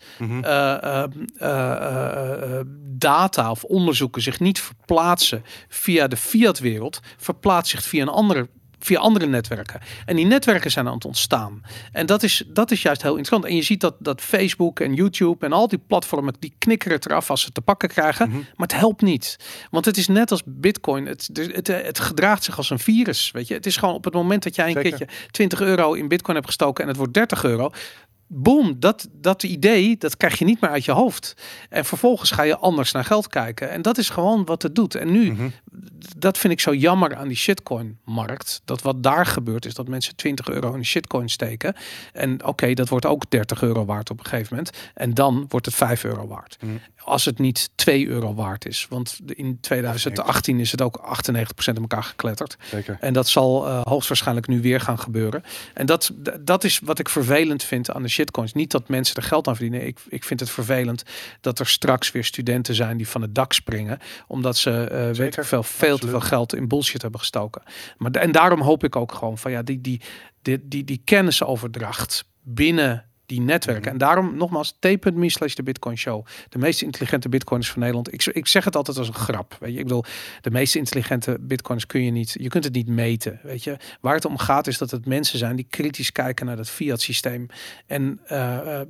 data of onderzoeken zich niet verplaatsen via de fiat wereld, verplaatst zich via andere netwerken. En die netwerken zijn aan het ontstaan. En dat is juist heel interessant. En je ziet dat Facebook en YouTube en al die platformen, die knikkeren het eraf als ze te pakken krijgen. Maar het helpt niet. Want het is net als Bitcoin. Het gedraagt zich als een virus. Weet je? Het is gewoon op het moment dat jij een keertje €20 in Bitcoin hebt gestoken en het wordt €30. Boom, dat idee, dat krijg je niet meer uit je hoofd. En vervolgens ga je anders naar geld kijken. En dat is gewoon wat het doet. En nu, dat vind ik zo jammer aan die shitcoin-markt. Dat wat daar gebeurt is dat mensen €20 in de shitcoin steken. En oké, dat wordt ook €30 waard op een gegeven moment. En dan wordt het €5 waard. Als het niet €2 waard is. Want in 2018 is het ook 98% in elkaar gekletterd. Zeker. En dat zal hoogstwaarschijnlijk nu weer gaan gebeuren. En dat is wat ik vervelend vind aan de shitcoins. Niet dat mensen er geld aan verdienen. Ik vind het vervelend dat er straks weer studenten zijn die van het dak springen. Omdat ze veel te veel geld in bullshit hebben gestoken. En daarom hoop ik ook gewoon van die kennisoverdracht binnen die netwerken. En daarom nogmaals t.me/thebitcoinshow. De meest intelligente bitcoiners van Nederland. Ik zeg het altijd als een grap. Weet je, ik bedoel, de meest intelligente bitcoiners je kunt het niet meten. Weet je, waar het om gaat is dat het mensen zijn die kritisch kijken naar dat fiat systeem en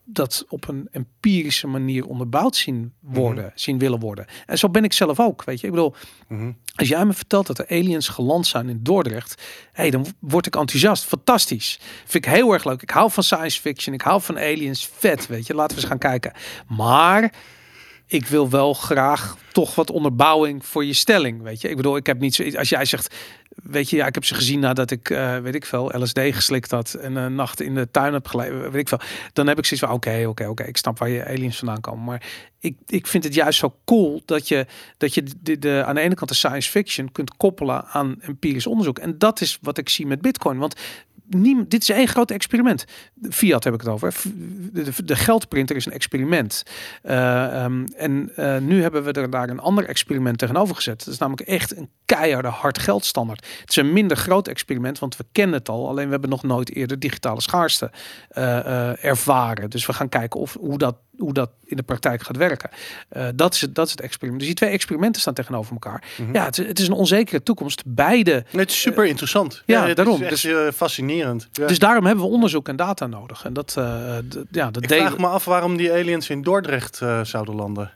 dat op een empirische manier onderbouwd zien willen worden. En zo ben ik zelf ook, weet je. Ik bedoel, als jij me vertelt dat er aliens geland zijn in Dordrecht, dan word ik enthousiast. Fantastisch. Vind ik heel erg leuk. Ik hou van science fiction. Ik hou van aliens. Vet, weet je. Laten we eens gaan kijken. Maar ik wil wel graag toch wat onderbouwing voor je stelling, weet je. Ik bedoel, ik heb niet zo... Als jij zegt, weet je, ja, ik heb ze gezien nadat ik, weet ik veel, LSD geslikt had en een nacht in de tuin heb gelegen, weet ik veel. Dan heb ik zoiets van, oké, ik snap waar je aliens vandaan komen. Maar ik vind het juist zo cool dat je aan de ene kant de science fiction kunt koppelen aan empirisch onderzoek. En dat is wat ik zie met Bitcoin. Want dit is één groot experiment. Fiat heb ik het over. De geldprinter is een experiment. Nu hebben we er daar een ander experiment tegenover gezet. Dat is namelijk echt een keiharde hard geldstandaard. Het is een minder groot experiment, want we kennen het al. Alleen we hebben nog nooit eerder digitale schaarste ervaren. Dus we gaan kijken hoe dat in de praktijk gaat werken. Dat is het experiment. Dus die twee experimenten staan tegenover elkaar. Ja, het is een onzekere toekomst. Beide. Het is super interessant. Ja, daarom. Het is echt fascinerend. Ja. Dus daarom hebben we onderzoek en data nodig. En dat ik vraag me af waarom die aliens in Dordrecht zouden landen.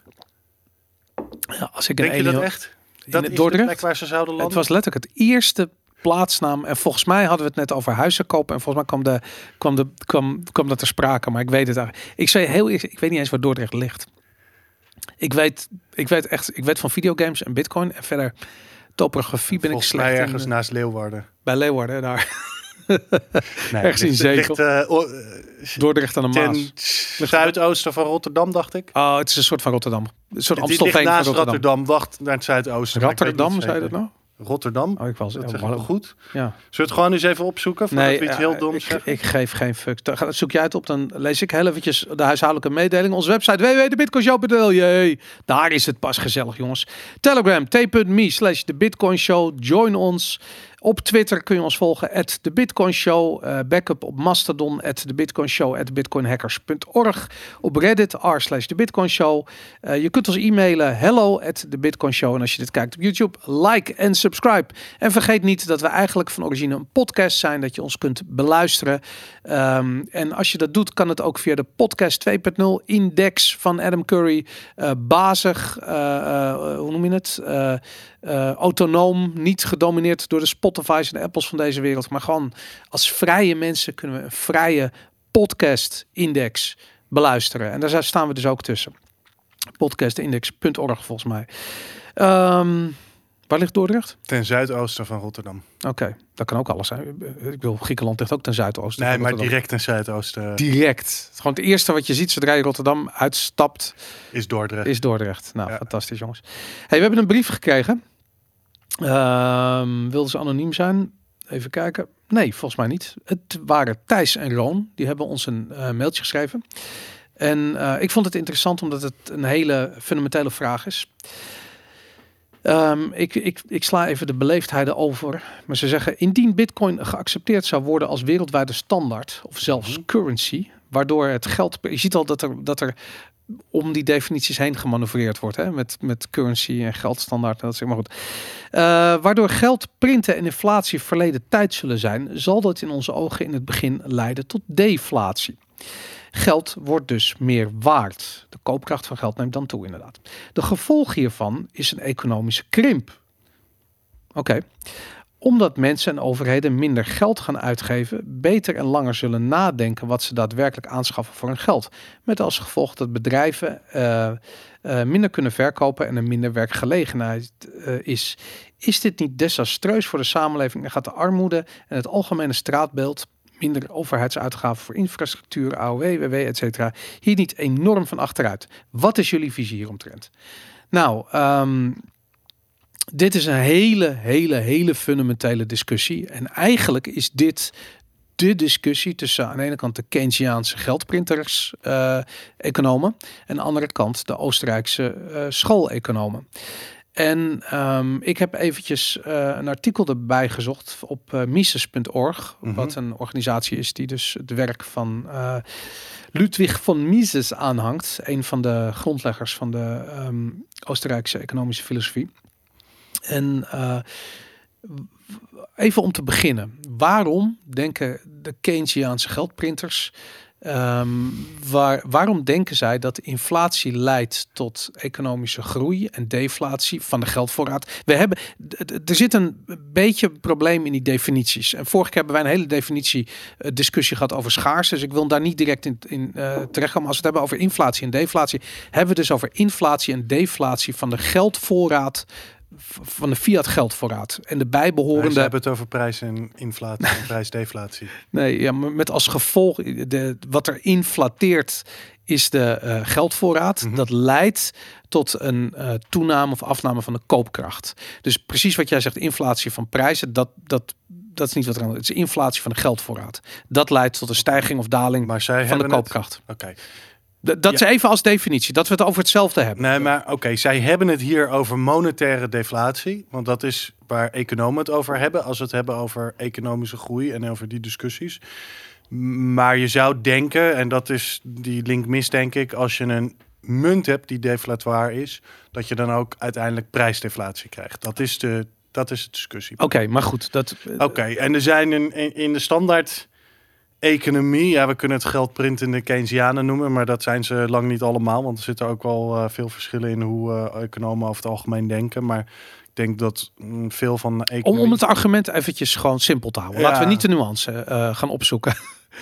Ja, als ik Denk je dat echt? Dat is Dordrecht? de plek waar ze zouden landen? Het was letterlijk het eerste plaatsnaam. En volgens mij hadden we het net over huizen kopen. En volgens mij kwam dat ter sprake. Maar ik weet het eigenlijk. Ik zei heel eerst, ik weet niet eens waar Dordrecht ligt. Ik weet van videogames en Bitcoin. En verder topografie ben ik slecht. Volgens mij ergens naast Leeuwarden. Bij Leeuwarden, daar. Nee, ergens in Zeekel. Dordrecht aan de Maas. Zuidoosten van Rotterdam, dacht ik. Oh, het is een soort van Rotterdam. Een soort Amstelveen van naast Rotterdam. Wacht naar het zuidoosten. Rotterdam, zei je dat nou? Rotterdam? Oh, ik was dat zeg ik goed. Ja. Zullen we het gewoon eens even opzoeken? Nee, we iets heel doms ik geef geen fuck. Zoek jij het op, dan lees ik heel eventjes de huishoudelijke mededeling. Onze website www.thebitcoinshow.nl. Daar is het pas gezellig, jongens. Telegram, t.me/thebitcoinshow. Join ons. Op Twitter kun je ons volgen, @thebitcoinshow. Backup op Mastodon, @thebitcoinshow, @bitcoinhackers.org. Op Reddit, r/thebitcoinshow. Je kunt ons e-mailen, hello@thebitcoinshow. En als je dit kijkt op YouTube, like en subscribe. En vergeet niet dat we eigenlijk van origine een podcast zijn, dat je ons kunt beluisteren. En als je dat doet, kan het ook via de podcast 2.0 index van Adam Curry. Bazig, hoe noem je het? Autonoom, niet gedomineerd door de Spotify's en de Apples van deze wereld, maar gewoon als vrije mensen kunnen we een vrije podcast-index beluisteren. En daar staan we dus ook tussen. Podcastindex.org volgens mij. Waar ligt Dordrecht? Ten zuidoosten van Rotterdam. Oké, dat kan ook alles zijn. Ik bedoel, Griekenland ligt ook ten zuidoosten. Nee, maar direct ten zuidoosten. Direct. Gewoon het eerste wat je ziet zodra je Rotterdam uitstapt. Is Dordrecht. Nou, fantastisch jongens. Hey, we hebben een brief gekregen. Wilden ze anoniem zijn? Even kijken. Nee, volgens mij niet. Het waren Thijs en Roon. Die hebben ons een mailtje geschreven. En ik vond het interessant omdat het een hele fundamentele vraag is. Ik sla even de beleefdheden over. Maar ze zeggen, indien Bitcoin geaccepteerd zou worden als wereldwijde standaard, of zelfs currency, waardoor het geld... Je ziet al dat er om die definities heen gemanoeuvreerd wordt, hè? Met currency en geldstandaard. Dat zeg maar goed. Waardoor geld, printen en inflatie verleden tijd zullen zijn, zal dat in onze ogen in het begin leiden tot deflatie. Geld wordt dus meer waard. De koopkracht van geld neemt dan toe, inderdaad. De gevolg hiervan is een economische krimp. Oké. Omdat mensen en overheden minder geld gaan uitgeven, beter en langer zullen nadenken wat ze daadwerkelijk aanschaffen voor hun geld. Met als gevolg dat bedrijven minder kunnen verkopen en er minder werkgelegenheid is. Is dit niet desastreus voor de samenleving en gaat de armoede en het algemene straatbeeld, minder overheidsuitgaven voor infrastructuur, AOW, WW, etc. hier niet enorm van achteruit? Wat is jullie visie hieromtrent? Nou, dit is een hele fundamentele discussie. En eigenlijk is dit de discussie tussen aan de ene kant de Keynesiaanse geldprinters, economen, en aan de andere kant de Oostenrijkse schooleconomen. En ik heb eventjes een artikel erbij gezocht op Mises.org, wat een organisatie is die dus het werk van Ludwig von Mises aanhangt, een van de grondleggers van de Oostenrijkse economische filosofie. En even om te beginnen, waarom denken de Keynesiaanse geldprinters Waarom denken zij dat inflatie leidt tot economische groei en deflatie van de geldvoorraad? Er zit een beetje probleem in die definities. En vorige keer hebben wij een hele discussie gehad over schaarste. Dus ik wil daar niet direct in terechtkomen. Als we het hebben over inflatie en deflatie, hebben we dus over inflatie en deflatie van de geldvoorraad, van de fiat geldvoorraad en de bijbehorende. Ze hebben het over prijs en inflatie en prijsdeflatie. Nee, ja, met als gevolg wat er inflateert is de geldvoorraad. Dat leidt tot een toename of afname van de koopkracht. Dus precies wat jij zegt, inflatie van prijzen, dat is niet wat er aan het is. Inflatie van de geldvoorraad. Dat leidt tot een stijging of daling van de koopkracht. Oké. Dat is even als definitie, dat we het over hetzelfde hebben. Nee, maar oké, zij hebben het hier over monetaire deflatie. Want dat is waar economen het over hebben. Als we het hebben over economische groei en over die discussies. Maar je zou denken, en dat is die link mis denk ik, als je een munt hebt die deflatoir is, dat je dan ook uiteindelijk prijsdeflatie krijgt. Dat is de discussie. Oké, maar goed. Oké, en er zijn in de standaard economie, ja, we kunnen het geldprintende Keynesianen noemen, maar dat zijn ze lang niet allemaal, want er zitten ook wel veel verschillen in hoe economen over het algemeen denken. Maar ik denk dat veel van de economie... Om het argument eventjes gewoon simpel te houden. Laten we niet de nuance gaan opzoeken.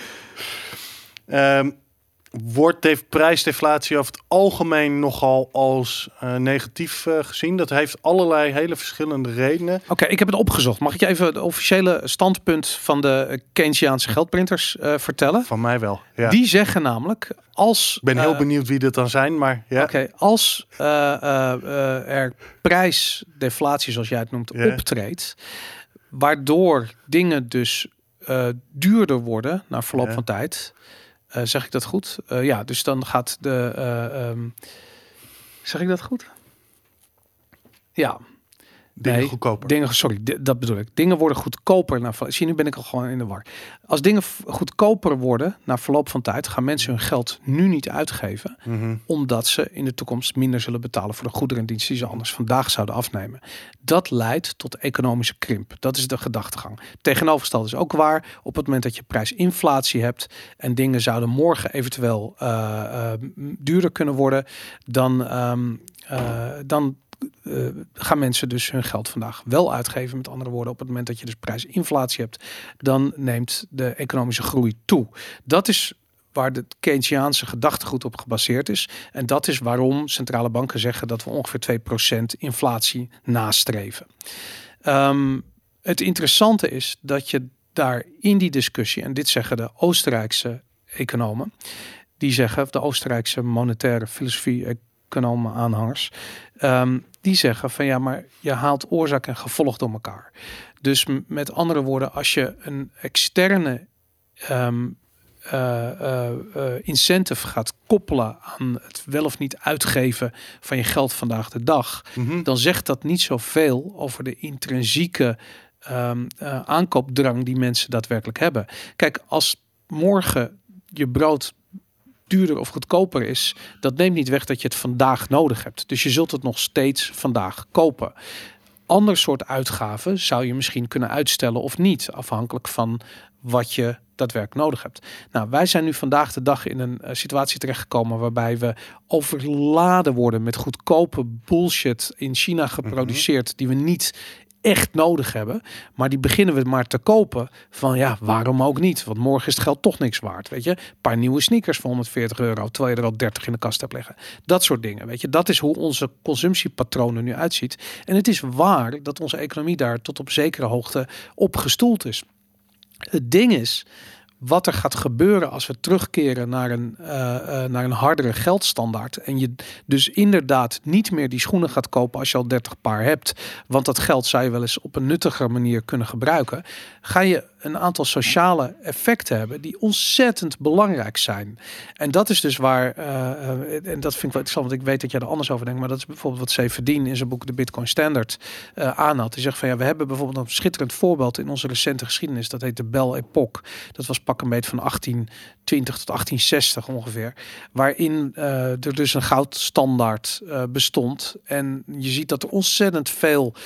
Wordt prijsdeflatie over het algemeen nogal als negatief gezien? Dat heeft allerlei hele verschillende redenen. Oké, ik heb het opgezocht. Mag ik je even het officiële standpunt van de Keynesiaanse geldprinters vertellen? Van mij wel, ja. Die zeggen namelijk, als... Ik ben heel benieuwd wie dat dan zijn, maar ja. Oké, als er prijsdeflatie, zoals jij het noemt, optreedt, waardoor dingen dus duurder worden na verloop van tijd... zeg ik dat goed? Ja, dus dan gaat de... zeg ik dat goed? Ja. Dingen goedkoper. Dat bedoel ik. Dingen worden goedkoper. Zie, nu ben ik al gewoon in de war. Als dingen goedkoper worden na verloop van tijd, gaan mensen hun geld nu niet uitgeven, omdat ze in de toekomst minder zullen betalen voor de goederen en diensten die ze anders vandaag zouden afnemen. Dat leidt tot economische krimp. Dat is de gedachtegang. Tegenovergesteld is ook waar. Op het moment dat je prijsinflatie hebt en dingen zouden morgen eventueel duurder kunnen worden, dan gaan mensen dus hun geld vandaag wel uitgeven. Met andere woorden, op het moment dat je dus prijsinflatie hebt, dan neemt de economische groei toe. Dat is waar de Keynesiaanse gedachtegoed op gebaseerd is. En dat is waarom centrale banken zeggen dat we ongeveer 2% inflatie nastreven. Het interessante is dat je daar in die discussie, en dit zeggen de Oostenrijkse economen, die zeggen, de Oostenrijkse monetaire filosofie economen aanhangers, die zeggen van ja, maar je haalt oorzaak en gevolg door elkaar. Dus met andere woorden, als je een externe incentive gaat koppelen aan het wel of niet uitgeven van je geld vandaag de dag, dan zegt dat niet zoveel over de intrinsieke aankoopdrang die mensen daadwerkelijk hebben. Kijk, als morgen je brood duurder of goedkoper is, dat neemt niet weg dat je het vandaag nodig hebt. Dus je zult het nog steeds vandaag kopen. Ander soort uitgaven zou je misschien kunnen uitstellen of niet, afhankelijk van wat je daadwerkelijk nodig hebt. Nou, wij zijn nu vandaag de dag in een situatie terechtgekomen waarbij we overladen worden met goedkope bullshit in China geproduceerd die we niet echt nodig hebben, maar die beginnen we maar te kopen van ja, waarom ook niet? Want morgen is het geld toch niks waard, weet je? Een paar nieuwe sneakers voor €140, terwijl je er al 30 in de kast hebt liggen. Dat soort dingen, weet je? Dat is hoe onze consumptiepatronen nu uitziet. En het is waar dat onze economie daar tot op zekere hoogte op gestoeld is. Het ding is, wat er gaat gebeuren als we terugkeren naar een hardere geldstandaard en je dus inderdaad niet meer die schoenen gaat kopen als je al 30 paar hebt, want dat geld zou je wel eens op een nuttiger manier kunnen gebruiken, ga je een aantal sociale effecten hebben die ontzettend belangrijk zijn. En dat is dus waar, en dat vind ik wel interessant, want ik weet dat jij er anders over denkt, maar dat is bijvoorbeeld wat Saifedean in zijn boek De Bitcoin Standard aanhaalt. Hij zegt van ja, we hebben bijvoorbeeld een schitterend voorbeeld in onze recente geschiedenis, dat heet de Belle Époque. Dat was pak een beetje van 1820 tot 1860 ongeveer, waarin er dus een goudstandaard bestond. En je ziet dat er ontzettend veel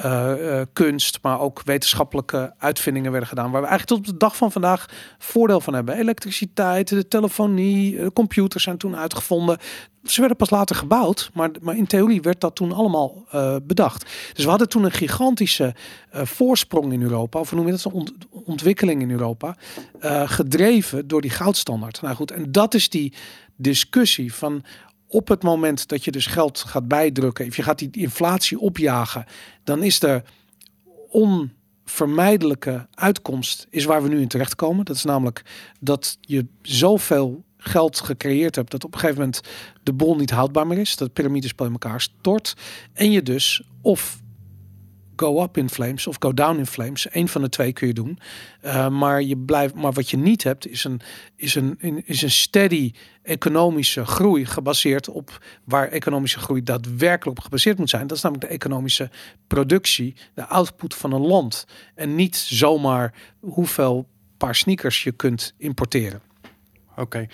kunst, maar ook wetenschappelijke uitvindingen werden gedaan, waar we eigenlijk tot op de dag van vandaag voordeel van hebben. Elektriciteit, de telefonie, de computers zijn toen uitgevonden. Ze werden pas later gebouwd, maar in theorie werd dat toen allemaal bedacht. Dus we hadden toen een gigantische voorsprong in Europa, of hoe noem je dat, een ontwikkeling in Europa, gedreven door die goudstandaard. Nou goed, en dat is die discussie van op het moment dat je dus geld gaat bijdrukken, of je gaat die inflatie opjagen, dan is de onvermijdelijke uitkomst is waar we nu in terechtkomen. Dat is namelijk dat je zoveel geld gecreëerd hebt dat op een gegeven moment de boel niet houdbaar meer is, dat het piramidespel in elkaar stort en je dus of go up in flames of go down in flames. Eén van de twee kun je doen. Maar wat je niet hebt is een steady economische groei gebaseerd op waar economische groei daadwerkelijk op gebaseerd moet zijn. Dat is namelijk de economische productie, de output van een land. En niet zomaar hoeveel paar sneakers je kunt importeren. Oké.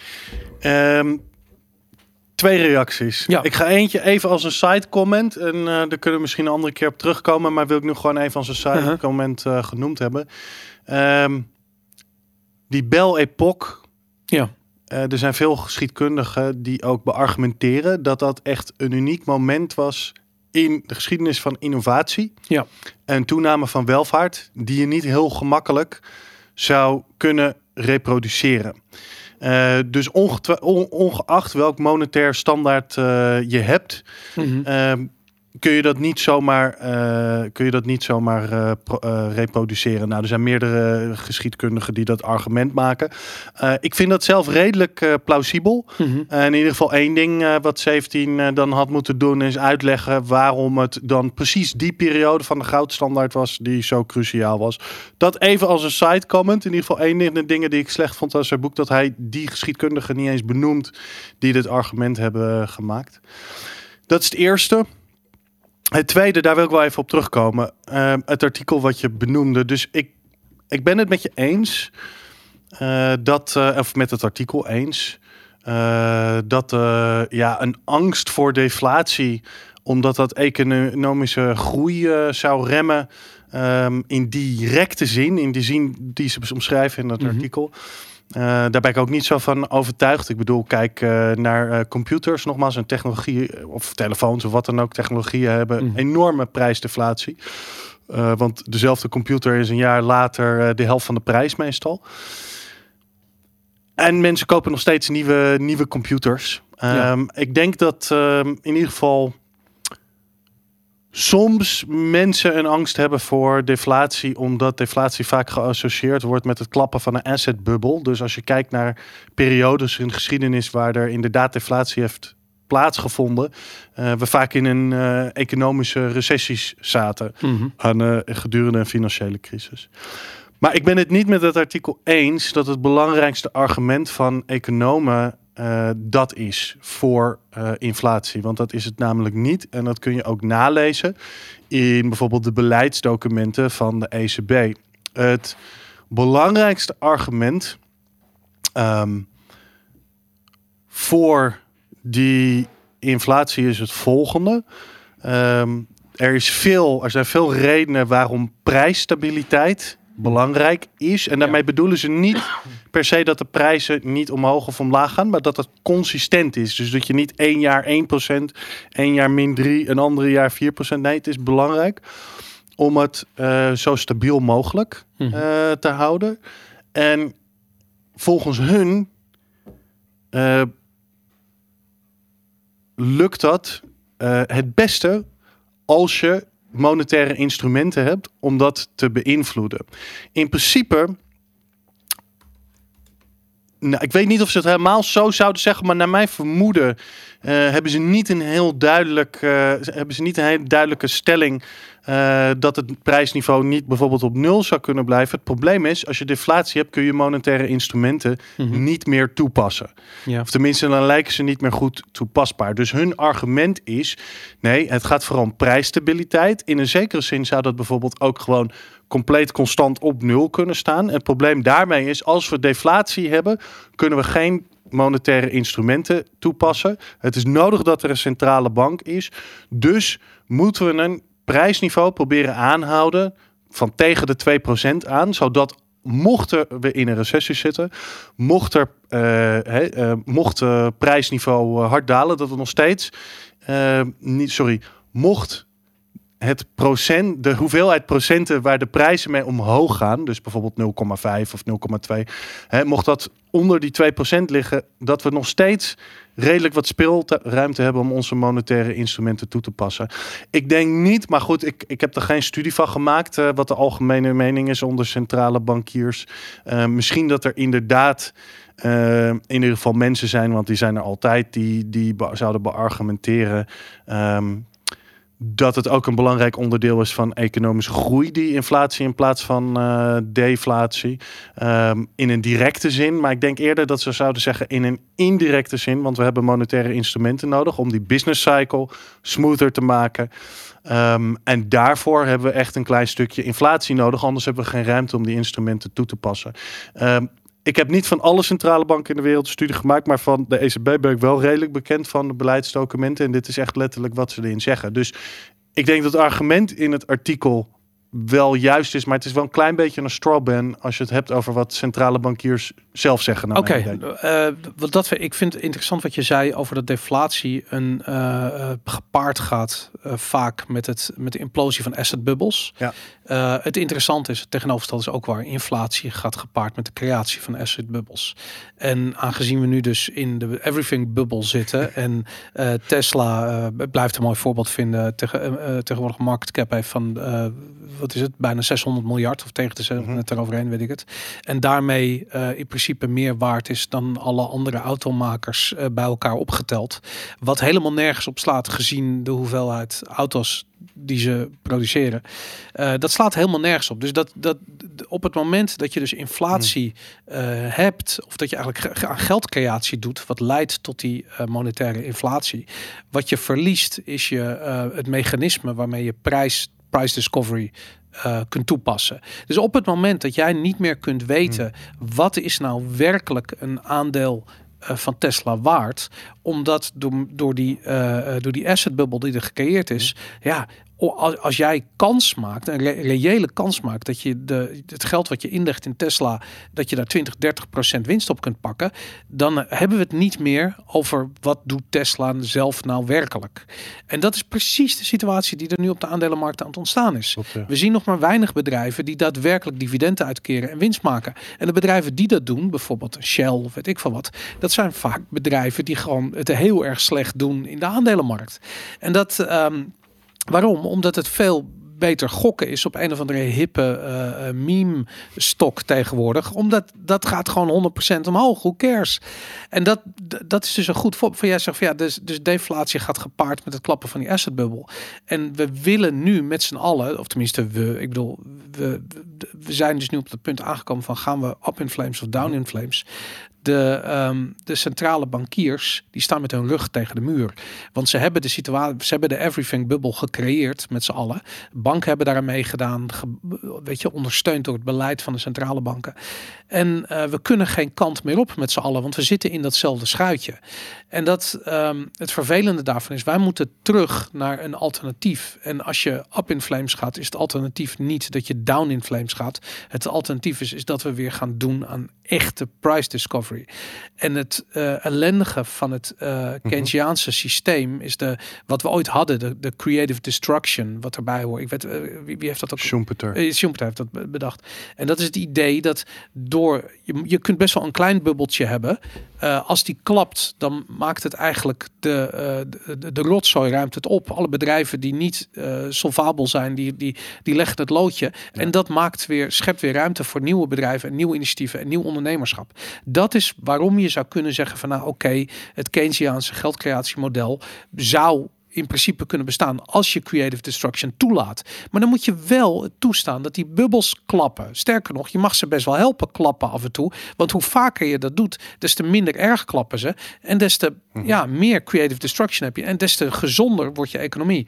2 reacties. Ja. Ik ga eentje even als een side comment. En daar kunnen we misschien een andere keer op terugkomen. Maar wil ik nu gewoon even als een side comment genoemd hebben. Die Belle Époque. Ja. Er zijn veel geschiedkundigen die ook beargumenteren dat dat echt een uniek moment was in de geschiedenis van innovatie. Ja. En toename van welvaart die je niet heel gemakkelijk zou kunnen reproduceren. Dus ongeacht welk monetair standaard je hebt, kun je dat niet zomaar reproduceren. Nou, er zijn meerdere geschiedkundigen die dat argument maken. Ik vind dat zelf redelijk plausibel. In ieder geval één ding wat 17 dan had moeten doen is uitleggen waarom het dan precies die periode van de goudstandaard was die zo cruciaal was. Dat even als een side comment. In ieder geval één van de dingen die ik slecht vond aan zijn boek, dat hij die geschiedkundigen niet eens benoemt die dit argument hebben gemaakt. Dat is het eerste. Het tweede, daar wil ik wel even op terugkomen. Het artikel wat je benoemde. Dus ik ben het met je eens. Of met het artikel eens. Dat een angst voor deflatie, omdat dat economische groei zou remmen. In directe zin, in die zin die ze omschrijven in dat artikel. Daar ben ik ook niet zo van overtuigd. Ik bedoel, kijk naar computers nogmaals en technologie of telefoons of wat dan ook. Technologieën hebben enorme prijsdeflatie. Want dezelfde computer is een jaar later de helft van de prijs meestal. En mensen kopen nog steeds nieuwe computers. Ik denk dat in ieder geval soms mensen een angst hebben voor deflatie, omdat deflatie vaak geassocieerd wordt met het klappen van een assetbubbel. Dus als je kijkt naar periodes in de geschiedenis waar er inderdaad deflatie heeft plaatsgevonden, we vaak in een economische recessies zaten gedurende een financiële crisis. Maar ik ben het niet met het artikel eens dat het belangrijkste argument van economen dat is voor inflatie. Want dat is het namelijk niet. En dat kun je ook nalezen in bijvoorbeeld de beleidsdocumenten van de ECB. Het belangrijkste argument voor die inflatie is het volgende. Er zijn veel redenen waarom prijsstabiliteit belangrijk is. En daarmee bedoelen ze niet per se dat de prijzen niet omhoog of omlaag gaan, maar dat het consistent is. Dus dat je niet 1 jaar 1%, 1 jaar -3%, een andere jaar 4%. Nee, het is belangrijk om het zo stabiel mogelijk te houden. En volgens hun lukt dat het beste als je monetaire instrumenten hebt om dat te beïnvloeden. In principe, nou, ik weet niet of ze het helemaal zo zouden zeggen, maar naar mijn vermoeden hebben ze niet een hele duidelijke stelling dat het prijsniveau niet bijvoorbeeld op 0 zou kunnen blijven. Het probleem is, als je deflatie hebt, kun je monetaire instrumenten niet meer toepassen. Ja. Of tenminste, dan lijken ze niet meer goed toepasbaar. Dus hun argument is, nee, het gaat vooral om prijsstabiliteit. In een zekere zin zou dat bijvoorbeeld ook gewoon compleet constant op 0 kunnen staan. Het probleem daarmee is, als we deflatie hebben, kunnen we geen monetaire instrumenten toepassen. Het is nodig dat er een centrale bank is. Dus moeten we een prijsniveau proberen aanhouden van tegen de 2% aan, zodat mochten we in een recessie zitten, mocht prijsniveau hard dalen, dat we nog steeds mocht het procent, de hoeveelheid procenten waar de prijzen mee omhoog gaan, dus bijvoorbeeld 0,5 of 0,2, mocht dat onder die 2% liggen, dat we nog steeds redelijk wat speelruimte hebben om onze monetaire instrumenten toe te passen. Ik denk niet, maar goed, ik heb er geen studie van gemaakt, wat de algemene mening is onder centrale bankiers. Misschien dat er inderdaad in ieder geval mensen zijn, want die zijn er altijd, die zouden beargumenteren dat het ook een belangrijk onderdeel is van economische groei, die inflatie in plaats van deflatie. In een directe zin, maar ik denk eerder dat ze zouden zeggen in een indirecte zin, want we hebben monetaire instrumenten nodig om die business cycle smoother te maken. En daarvoor hebben we echt een klein stukje inflatie nodig, anders hebben we geen ruimte om die instrumenten toe te passen. Ik heb niet van alle centrale banken in de wereld een studie gemaakt, maar van de ECB ben ik wel redelijk bekend van de beleidsdocumenten. En dit is echt letterlijk wat ze erin zeggen. Dus ik denk dat het argument in het artikel wel juist is, maar het is wel een klein beetje een strawman als je het hebt over wat centrale bankiers zelf zeggen. Oké, ik vind het interessant wat je zei over dat deflatie gepaard gaat vaak met de implosie van asset bubbles. Ja. Het interessante is, het tegenovergestelde is ook waar, inflatie gaat gepaard met de creatie van asset bubbles. En aangezien we nu dus in de everything bubble zitten en Tesla blijft een mooi voorbeeld vinden, tegenwoordig market cap heeft van wat is het, bijna 600 miljard of tegen de 600 net eroverheen, weet ik het. En daarmee in principe meer waard is dan alle andere automakers bij elkaar opgeteld. Wat helemaal nergens op slaat gezien de hoeveelheid auto's die ze produceren. Dat slaat helemaal nergens op. Dus dat op het moment dat je dus inflatie hebt, of dat je eigenlijk aan geldcreatie doet, wat leidt tot die monetaire inflatie. Wat je verliest is het mechanisme waarmee je price discovery kunt toepassen. Dus op het moment dat jij niet meer kunt weten wat is nou werkelijk een aandeel van Tesla waard, omdat door die asset bubble die er gecreëerd is, als jij kans maakt, een reële kans maakt, dat je het geld wat je inlegt in Tesla, dat je daar 20-30% winst op kunt pakken, dan hebben we het niet meer over wat doet Tesla zelf nou werkelijk. En dat is precies de situatie die er nu op de aandelenmarkt aan het ontstaan is. We zien nog maar weinig bedrijven die daadwerkelijk dividenden uitkeren en winst maken. En de bedrijven die dat doen, bijvoorbeeld Shell of weet ik veel wat, dat zijn vaak bedrijven die gewoon het heel erg slecht doen in de aandelenmarkt. En dat waarom? Omdat het veel beter gokken is op een of andere hippe meme stok tegenwoordig. Omdat dat gaat gewoon 100% omhoog. Who cares? En dat is dus een goed voorbeeld van jij zegt van dus deflatie gaat gepaard met het klappen van die asset bubble. En we willen nu met z'n allen, of tenminste we zijn dus nu op het punt aangekomen van gaan we up in flames of down in flames. De centrale bankiers die staan met hun rug tegen de muur. Want ze hebben ze hebben de everything bubble gecreëerd met z'n allen. Banken hebben daar mee gedaan, ondersteund door het beleid van de centrale banken. En we kunnen geen kant meer op met z'n allen, want we zitten in datzelfde schuitje. En het vervelende daarvan is, wij moeten terug naar een alternatief. En als je up in flames gaat, is het alternatief niet dat je down in flames gaat. Het alternatief is dat we weer gaan doen aan echte price discovery. En het ellendige van het Keynesiaanse systeem is wat we ooit hadden, de creative destruction, wat erbij hoort. Ik weet, wie heeft dat ook? Schumpeter. Schumpeter heeft dat bedacht. En dat is het idee dat je kunt best wel een klein bubbeltje hebben. Als die klapt, dan maakt het eigenlijk de rotzooi ruimt het op. Alle bedrijven die niet solvabel zijn, die leggen het loodje. Ja. En dat schept weer ruimte voor nieuwe bedrijven en nieuwe initiatieven en nieuw ondernemerschap. Dat is waarom je zou kunnen zeggen van het Keynesiaanse geldcreatiemodel zou in principe kunnen bestaan als je creative destruction toelaat. Maar dan moet je wel toestaan dat die bubbels klappen. Sterker nog, je mag ze best wel helpen klappen af en toe. Want hoe vaker je dat doet, des te minder erg klappen ze. En des te meer creative destruction heb je. En des te gezonder wordt je economie.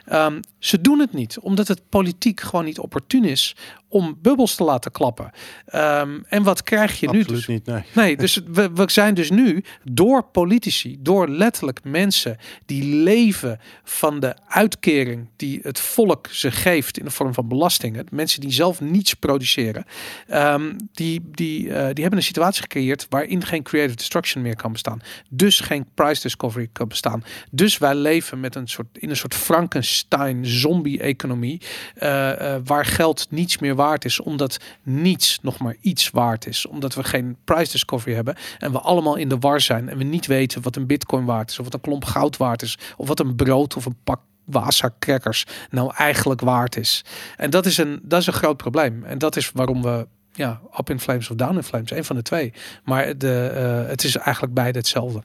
Ze doen het niet, omdat het politiek gewoon niet opportun is om bubbels te laten klappen. En wat krijg je Absoluut nu? Dus niet, nee, dus we zijn dus nu door politici, door letterlijk mensen die leven van de uitkering die het volk ze geeft in de vorm van belastingen, mensen die zelf niets produceren, die hebben een situatie gecreëerd waarin geen creative destruction meer kan bestaan. Dus geen price discovery kan bestaan. Dus wij leven met in een soort Frankenstein zombie-economie, waar geld niets meer waard is, omdat niets nog maar iets waard is. Omdat we geen price discovery hebben en we allemaal in de war zijn en we niet weten wat een bitcoin waard is, of wat een klomp goud waard is, of wat een brood of een pak Wasa crackers nou eigenlijk waard is. En dat is een groot probleem. En dat is waarom we up in flames of down in flames, een van de twee. Maar het is eigenlijk beide hetzelfde.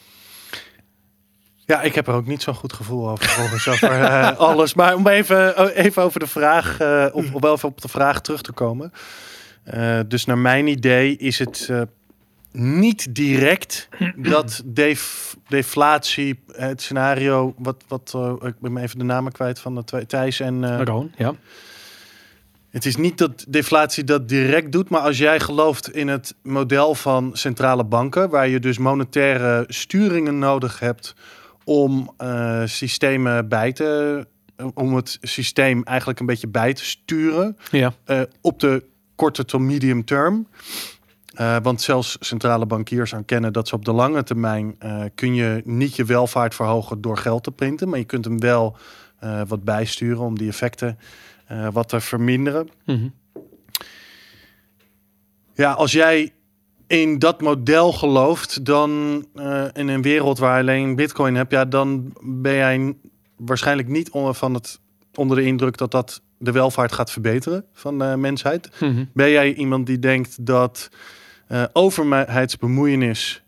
Ja, ik heb er ook niet zo'n goed gevoel over alles. Maar om even over de vraag, of wel even op de vraag terug te komen. Dus naar mijn idee is het niet direct dat deflatie, het scenario, ik ben me even de namen kwijt van de Thijs en Roon, ja. Het is niet dat deflatie dat direct doet, maar als jij gelooft in het model van centrale banken, waar je dus monetaire sturingen nodig hebt om systemen om het systeem eigenlijk een beetje bij te sturen, op de korte tot medium term. Want zelfs centrale bankiers erkennen dat ze op de lange termijn kun je niet je welvaart verhogen door geld te printen, maar je kunt hem wel wat bijsturen om die effecten wat te verminderen. Mm-hmm. Ja, als jij in dat model gelooft, dan in een wereld waar alleen Bitcoin hebt, dan ben jij waarschijnlijk niet onder de indruk dat de welvaart gaat verbeteren van de mensheid. Mm-hmm. Ben jij iemand die denkt dat overheidsbemoeienis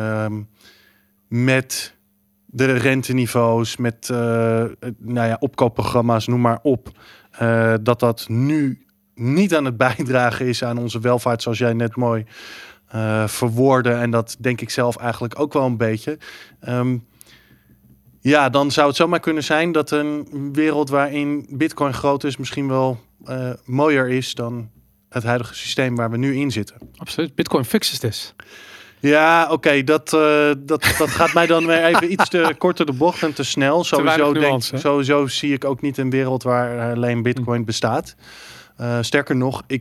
met de renteniveaus, met opkoopprogramma's, noem maar op, dat nu niet aan het bijdragen is aan onze welvaart, zoals jij net mooi verwoordde. En dat denk ik zelf eigenlijk ook wel een beetje. Dan zou het zomaar kunnen zijn dat een wereld waarin Bitcoin groot is misschien wel mooier is dan het huidige systeem waar we nu in zitten. Absoluut. Bitcoin fixes this. Ja, oké. Dat gaat mij dan weer even iets te korter de bocht en te snel. Sowieso zie ik ook niet een wereld waar alleen Bitcoin bestaat. Sterker nog, ik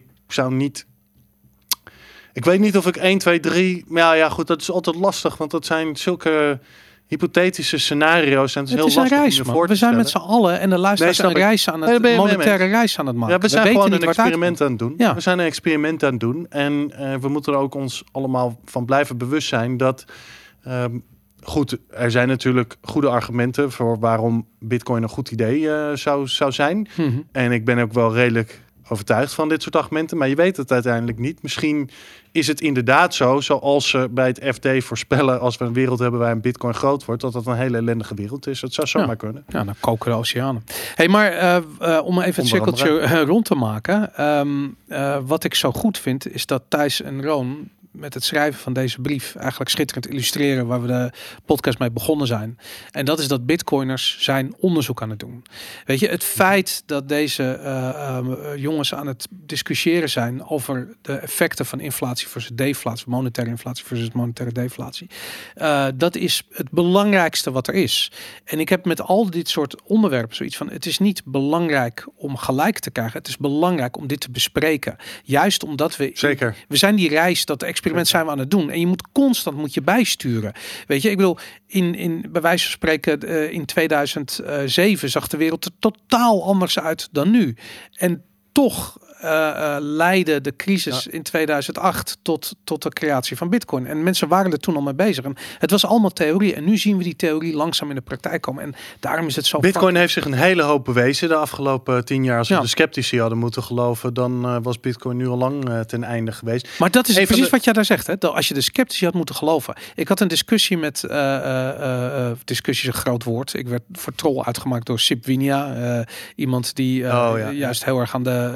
weet niet of ik 1, 2, 3... Maar ja, goed, dat is altijd lastig. Want dat zijn zulke hypothetische scenario's. En het is heel lastig reis, om je voor te we zijn stellen. met z'n allen en de luisteraars een reis aan het monetaire reis aan het maken. Ja, we zijn gewoon een experiment aan het doen. Ja. We zijn een experiment aan het doen. En we moeten er ook ons allemaal van blijven bewust zijn dat... goed, er zijn natuurlijk goede argumenten voor waarom Bitcoin een goed idee zou zijn. Mm-hmm. En ik ben ook wel redelijk overtuigd van dit soort argumenten, maar je weet het uiteindelijk niet. Misschien is het inderdaad zo, zoals ze bij het FD voorspellen, als we een wereld hebben waar een Bitcoin groot wordt, dat dat een hele ellendige wereld is. Dat zou zomaar kunnen. Ja, dan koken de oceanen. Hey, maar om even het cirkeltje rond te maken. Wat ik zo goed vind, is dat Thijs en Roon met het schrijven van deze brief eigenlijk schitterend illustreren waar we de podcast mee begonnen zijn. En dat is dat Bitcoiners zijn onderzoek aan het doen. Weet je, het feit dat deze jongens aan het discussiëren zijn over de effecten van inflatie versus deflatie, monetaire inflatie versus monetaire deflatie, dat is het belangrijkste wat er is. En ik heb met al dit soort onderwerpen zoiets van, het is niet belangrijk om gelijk te krijgen. Het is belangrijk om dit te bespreken. Juist omdat we we zijn die reis, dat experiment zijn we aan het doen. En je moet constant bijsturen. Weet je, ik bedoel, bij wijze van spreken in 2007 zag de wereld er totaal anders uit dan nu. En toch leidde de crisis in 2008 tot de creatie van Bitcoin. En mensen waren er toen al mee bezig. En het was allemaal theorie. En nu zien we die theorie langzaam in de praktijk komen. En daarom is het zo... Bitcoin heeft zich een hele hoop bewezen de afgelopen 10 jaar. Als we de sceptici hadden moeten geloven, dan was Bitcoin nu al lang ten einde geweest. Maar dat is precies wat jij daar zegt. Hè? Als je de sceptici had moeten geloven. Ik had een discussie met... discussie is een groot woord. Ik werd voor troll uitgemaakt door Sip Winia. Iemand die juist heel erg aan de...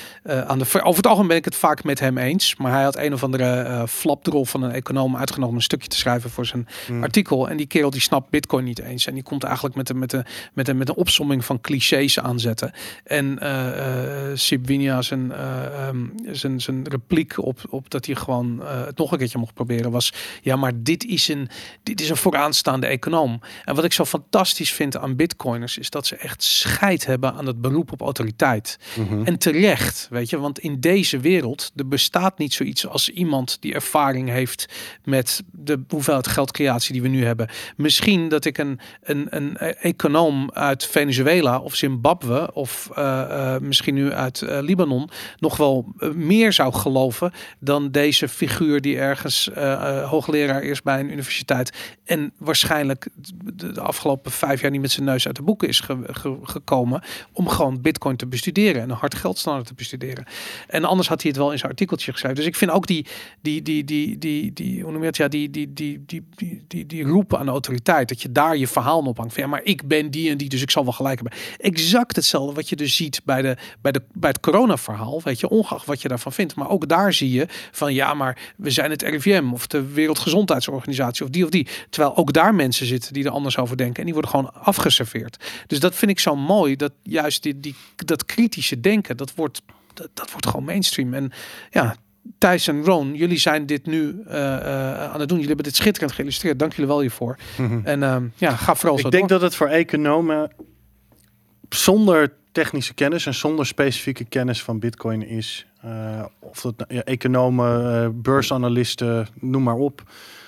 over het algemeen ben ik het vaak met hem eens. Maar hij had een of andere flapdrol van een econoom uitgenomen een stukje te schrijven voor zijn artikel. En die kerel die snapt Bitcoin niet eens. En die komt eigenlijk met een opsomming van clichés aanzetten. En Sib Winia zijn repliek op dat hij gewoon het nog een keertje mocht proberen was: ja, maar dit is een vooraanstaande econoom. En wat ik zo fantastisch vind aan Bitcoiners is dat ze echt scheid hebben aan het beroep op autoriteit. En terecht, weet je, want in deze wereld er bestaat niet zoiets als iemand die ervaring heeft met de hoeveelheid geldcreatie die we nu hebben. Misschien dat ik een econoom uit Venezuela of Zimbabwe of misschien nu uit Libanon nog wel meer zou geloven dan deze figuur die ergens hoogleraar is bij een universiteit en waarschijnlijk de afgelopen 5 jaar niet met zijn neus uit de boeken is gekomen om gewoon Bitcoin te bestuderen en een hard geldstandaard te bestuderen. En anders had hij het wel in zijn artikeltje geschreven. Dus ik vind ook die hoe noem je het? Ja, die roepen aan de autoriteit, dat je daar je verhaal op hangt. Van, ja, maar ik ben die en die, dus ik zal wel gelijk hebben. Exact hetzelfde wat je dus ziet bij het corona-verhaal, weet je, ongeacht wat je daarvan vindt. Maar ook daar zie je van, ja, maar we zijn het RIVM of de Wereldgezondheidsorganisatie of die. Terwijl ook daar mensen zitten die er anders over denken en die worden gewoon afgeserveerd. Dus dat vind ik zo mooi, dat juist dat kritische denken, dat wordt gewoon mainstream. En ja, Thijs en Ron, jullie zijn dit nu aan het doen. Jullie hebben dit schitterend geïllustreerd. Dank jullie wel hiervoor. En ga vooral zo Ik denk dat het voor economen zonder technische kennis en zonder specifieke kennis van Bitcoin is. Of dat economen, beursanalisten, noem maar op.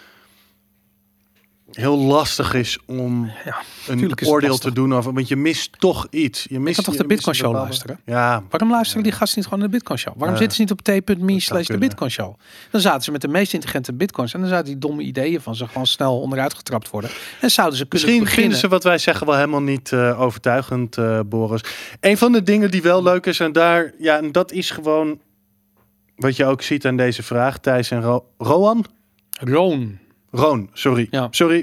Heel lastig is om een oordeel te doen over, want je mist toch iets. Je kan toch de Bitcoin Show luisteren? Ja. Waarom luisteren die gasten niet gewoon naar de Bitcoin Show? Waarom zitten ze niet op t.me/de Bitcoin Show? Dan zaten ze met de meest intelligente Bitcoins en dan zouden die domme ideeën van ze gewoon snel onderuit getrapt worden. En zouden ze kunnen Misschien beginnen. vinden ze wat wij zeggen wel helemaal niet overtuigend, Boris. Een van de dingen die wel leuk is en daar, en dat is gewoon wat je ook ziet aan deze vraag, Thijs en Roon, sorry. Ja. Sorry.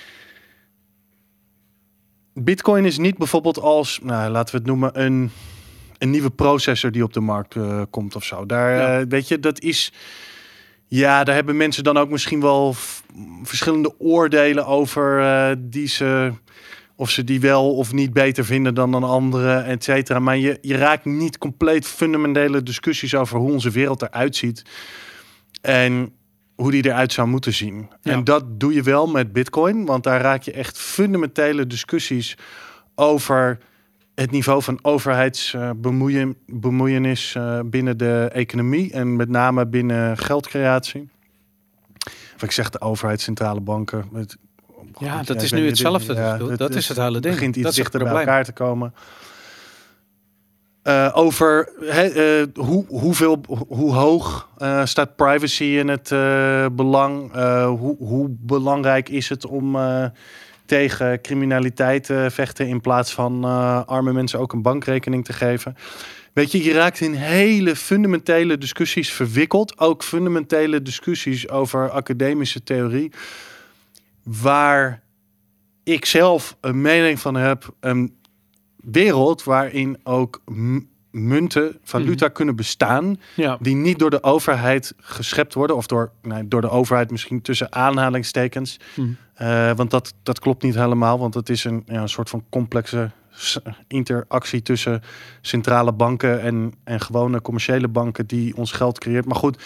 Bitcoin is niet bijvoorbeeld als, laten we het noemen, een nieuwe processor die op de markt komt of zo. Daar, weet je, dat is, daar hebben mensen dan ook misschien wel verschillende oordelen over of ze die wel of niet beter vinden dan een andere, et cetera. Maar je raakt niet compleet fundamentele discussies over hoe onze wereld eruit ziet. En hoe die eruit zou moeten zien. Ja. En dat doe je wel met Bitcoin, want daar raak je echt fundamentele discussies over het niveau van overheidsbemoeienis binnen de economie en met name binnen geldcreatie. Of ik zeg de overheid, centrale banken. Dat is nu hetzelfde. Dat is het hele ding. Begint iets dichter bij elkaar te komen. Over hoe hoog staat privacy in het belang? Hoe belangrijk is het om tegen criminaliteit te vechten in plaats van arme mensen ook een bankrekening te geven? Weet je raakt in hele fundamentele discussies verwikkeld. Ook fundamentele discussies over academische theorie. Waar ik zelf een mening van heb. Een wereld waarin ook munten, valuta kunnen bestaan. Ja. Die niet door de overheid geschept worden. Of door de overheid misschien tussen aanhalingstekens. Want dat klopt niet helemaal. Want het is een soort van complexe interactie tussen centrale banken en gewone commerciële banken die ons geld creëert. Maar goed,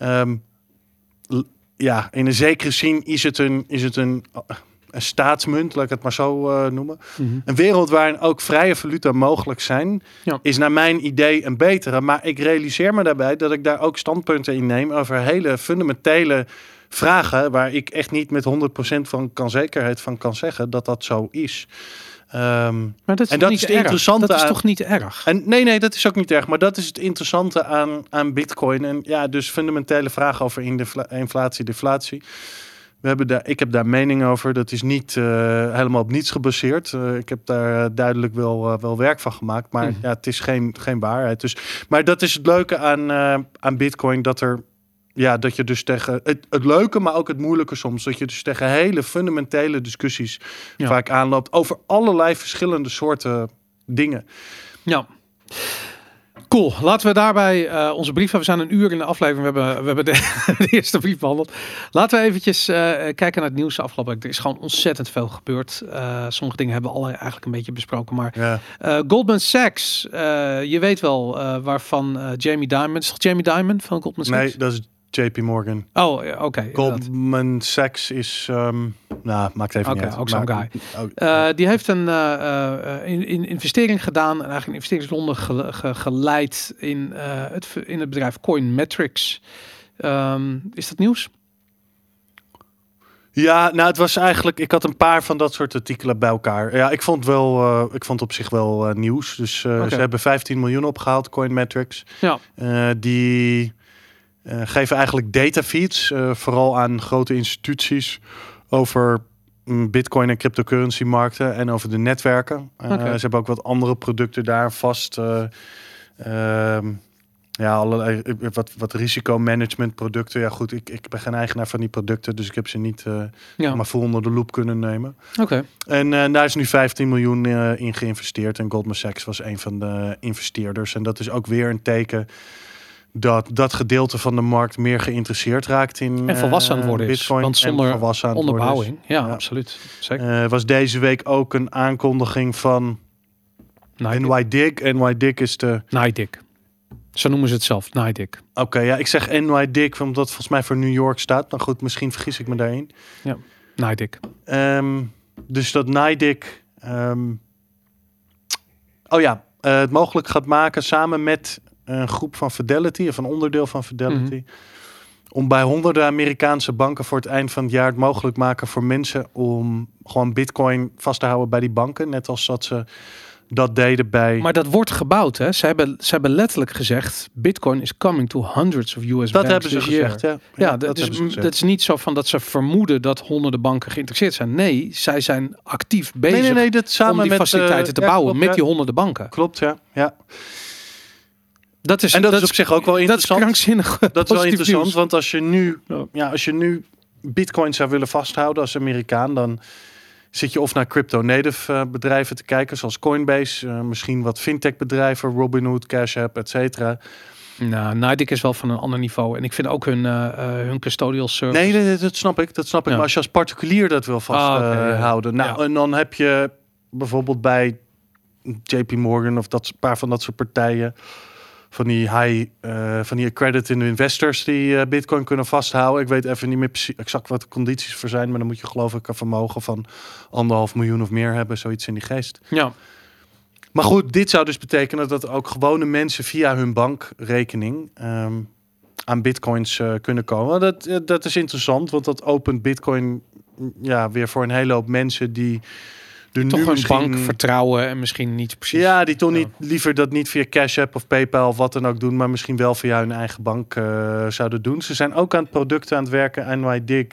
in een zekere zin is het een staatsmunt, laat ik het maar zo noemen. Een wereld waarin ook vrije valuta mogelijk zijn, is naar mijn idee een betere. Maar ik realiseer me daarbij dat ik daar ook standpunten in neem over hele fundamentele vragen waar ik echt niet met 100% van zekerheid van kan zeggen dat dat zo is. Maar dat is, dat is het interessante. Dat is toch niet erg? En nee, dat is ook niet erg. Maar dat is het interessante aan Bitcoin. En dus fundamentele vragen over inflatie, deflatie. Ik heb daar mening over. Dat is niet helemaal op niets gebaseerd. Ik heb daar duidelijk wel werk van gemaakt. Maar het is geen waarheid. Dus, maar dat is het leuke aan Bitcoin. Dat je dus tegen het leuke, maar ook het moeilijke soms. Dat je dus tegen hele fundamentele discussies vaak aanloopt. Over allerlei verschillende soorten dingen. Ja. Cool. Laten we daarbij onze brief hebben. We zijn een uur in de aflevering. We hebben de eerste brief behandeld. Laten we eventjes kijken naar het nieuws de afgelopen week. Er is gewoon ontzettend veel gebeurd. Sommige dingen hebben we al eigenlijk een beetje besproken. Maar Goldman Sachs, je weet wel waarvan Jamie Dimon. Is het Jamie Dimon van Goldman Sachs? Nee, dat is JP Morgan. Oh, oké. Goldman Sachs is... maakt even niet uit. Ook zo'n guy. Die heeft een investering gedaan en eigenlijk een investeringsronde geleid in het bedrijf Coinmetrics. Is dat nieuws? Ja, nou het was eigenlijk... Ik had een paar van dat soort artikelen bij elkaar. Ja, ik vond op zich wel nieuws. Dus ze hebben 15 miljoen opgehaald, Coinmetrics. Ja. Die... geven eigenlijk datafeeds, vooral aan grote instituties, over Bitcoin en cryptocurrency markten en over de netwerken. Ze hebben ook wat andere producten daar vast. Allerlei wat risicomanagement producten. Ja goed, ik ben geen eigenaar van die producten, dus ik heb ze niet maar vol onder de loep kunnen nemen. En daar is nu 15 miljoen in geïnvesteerd en Goldman Sachs was een van de investeerders. En dat is ook weer een teken dat gedeelte van de markt meer geïnteresseerd raakt in en volwassen aan het worden Bitcoin. Want zonder onderbouwing. Ja, absoluut. Zeker. Was deze week ook een aankondiging van NYDIG. NYDIG is de... NYDIG. Zo noemen ze het zelf, NYDIG. Oké, ja, ik zeg NYDIG omdat het volgens mij voor New York staat. Nou goed, misschien vergis ik me daarin. Ja, NYDIG. Dus dat NYDIG... het mogelijk gaat maken samen met een groep van Fidelity, of een onderdeel van Fidelity, om bij honderden Amerikaanse banken voor het eind van het jaar het mogelijk maken voor mensen om gewoon Bitcoin vast te houden bij die banken, net als dat ze dat deden bij... Maar dat wordt gebouwd, hè? Ze hebben letterlijk gezegd, Bitcoin is coming to hundreds of US banks. Dat hebben ze gezegd, ja. Dat is niet zo van dat ze vermoeden dat honderden banken geïnteresseerd zijn. Nee, zij zijn actief bezig dat samen om die met faciliteiten te bouwen klopt, met die honderden banken. Klopt, ja. Dat is op zich ook wel interessant. Dat is krankzinnig. Dat is wel interessant, nieuws. Want als je nu Bitcoin zou willen vasthouden als Amerikaan, dan zit je of naar crypto-native bedrijven te kijken, zoals Coinbase, misschien wat fintech bedrijven, Robinhood, Cash App, et cetera. Nou, NYDIG is wel van een ander niveau. En ik vind ook hun custodial service... Nee, dat snap ik. Ja. Maar als je als particulier dat wil vasthouden. En dan heb je bijvoorbeeld bij JP Morgan of een paar van dat soort partijen van die accredited investors die Bitcoin kunnen vasthouden. Ik weet even niet meer precies exact wat de condities voor zijn, maar dan moet je geloof ik een vermogen van 1,5 miljoen of meer hebben, zoiets in die geest. Ja. Maar goed, dit zou dus betekenen dat ook gewone mensen via hun bankrekening aan Bitcoins kunnen komen. Dat is interessant, want dat opent Bitcoin weer voor een hele hoop mensen die toch een bank vertrouwen en misschien niet precies. Ja, die toch niet liever dat niet via Cash App of PayPal of wat dan ook doen, maar misschien wel via hun eigen bank zouden doen. Ze zijn ook aan het producten aan het werken, NYDIG.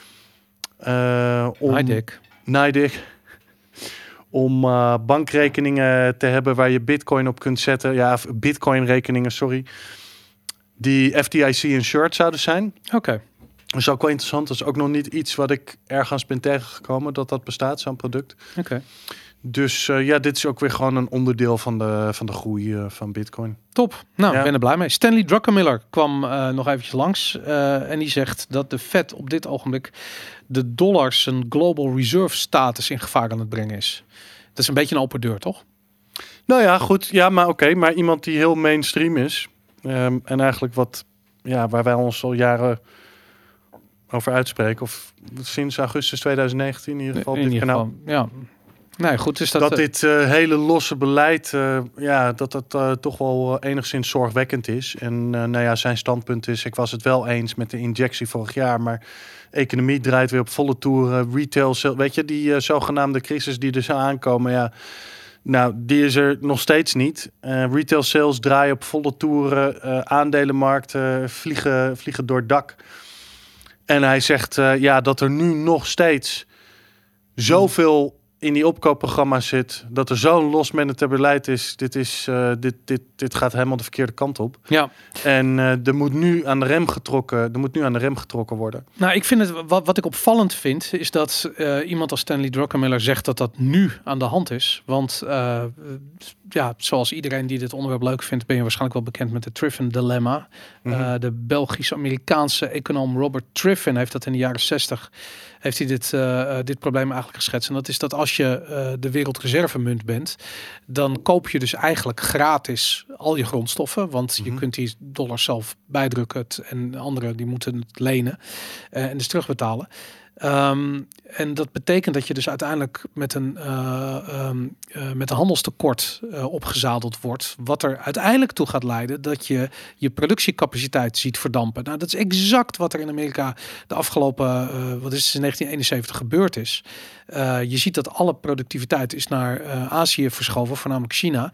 NYDIG. Om bankrekeningen te hebben waar je Bitcoin op kunt zetten. Ja, Bitcoin-rekeningen, sorry. Die FDIC-insured zouden zijn. Oké. Dat is ook wel interessant. Dat is ook nog niet iets wat ik ergens ben tegengekomen, dat bestaat, zo'n product. Oké. Dus dit is ook weer gewoon een onderdeel van de groei van Bitcoin. Top. Nou, ik ben er blij mee. Stanley Druckenmiller kwam nog eventjes langs. En die zegt dat de Fed op dit ogenblik de dollar zijn global reserve status in gevaar aan het brengen is. Dat is een beetje een open deur, toch? Nou ja, goed. Ja, maar oké. Maar iemand die heel mainstream is. En eigenlijk waar wij ons al jaren over uitspreken. Of sinds augustus 2019 in ieder geval. In ieder geval, ja. Nee, goed, dus dat dit hele losse beleid, dat toch wel enigszins zorgwekkend is. En zijn standpunt is, ik was het wel eens met de injectie vorig jaar, maar economie draait weer op volle toeren. Retail, weet je, die zogenaamde crisis die er zou aankomen, die is er nog steeds niet. Retail sales draaien op volle toeren, aandelenmarkten vliegen door het dak. En hij zegt dat er nu nog steeds zoveel in die opkoopprogramma's zit, dat er zo'n losmanager beleid is. Dit gaat helemaal de verkeerde kant op. Ja. En er moet nu aan de rem getrokken worden. Nou, ik vind het wat ik opvallend vind, is dat iemand als Stanley Druckenmiller zegt dat dat nu aan de hand is. Want zoals iedereen die dit onderwerp leuk vindt, ben je waarschijnlijk wel bekend met de Triffin dilemma. De Belgisch-Amerikaanse econoom Robert Triffin heeft dat in de jaren 60 heeft hij dit probleem eigenlijk geschetst. En dat is dat als je de wereldreservemunt bent, dan koop je dus eigenlijk gratis al je grondstoffen. Want je kunt die dollars zelf bijdrukken en anderen die moeten het lenen en dus terugbetalen. En dat betekent dat je dus uiteindelijk met een handelstekort opgezadeld wordt. Wat er uiteindelijk toe gaat leiden dat je productiecapaciteit ziet verdampen. Nou, dat is exact wat er in Amerika de afgelopen, sinds 1971 gebeurd is. Je ziet dat alle productiviteit is naar Azië verschoven, voornamelijk China.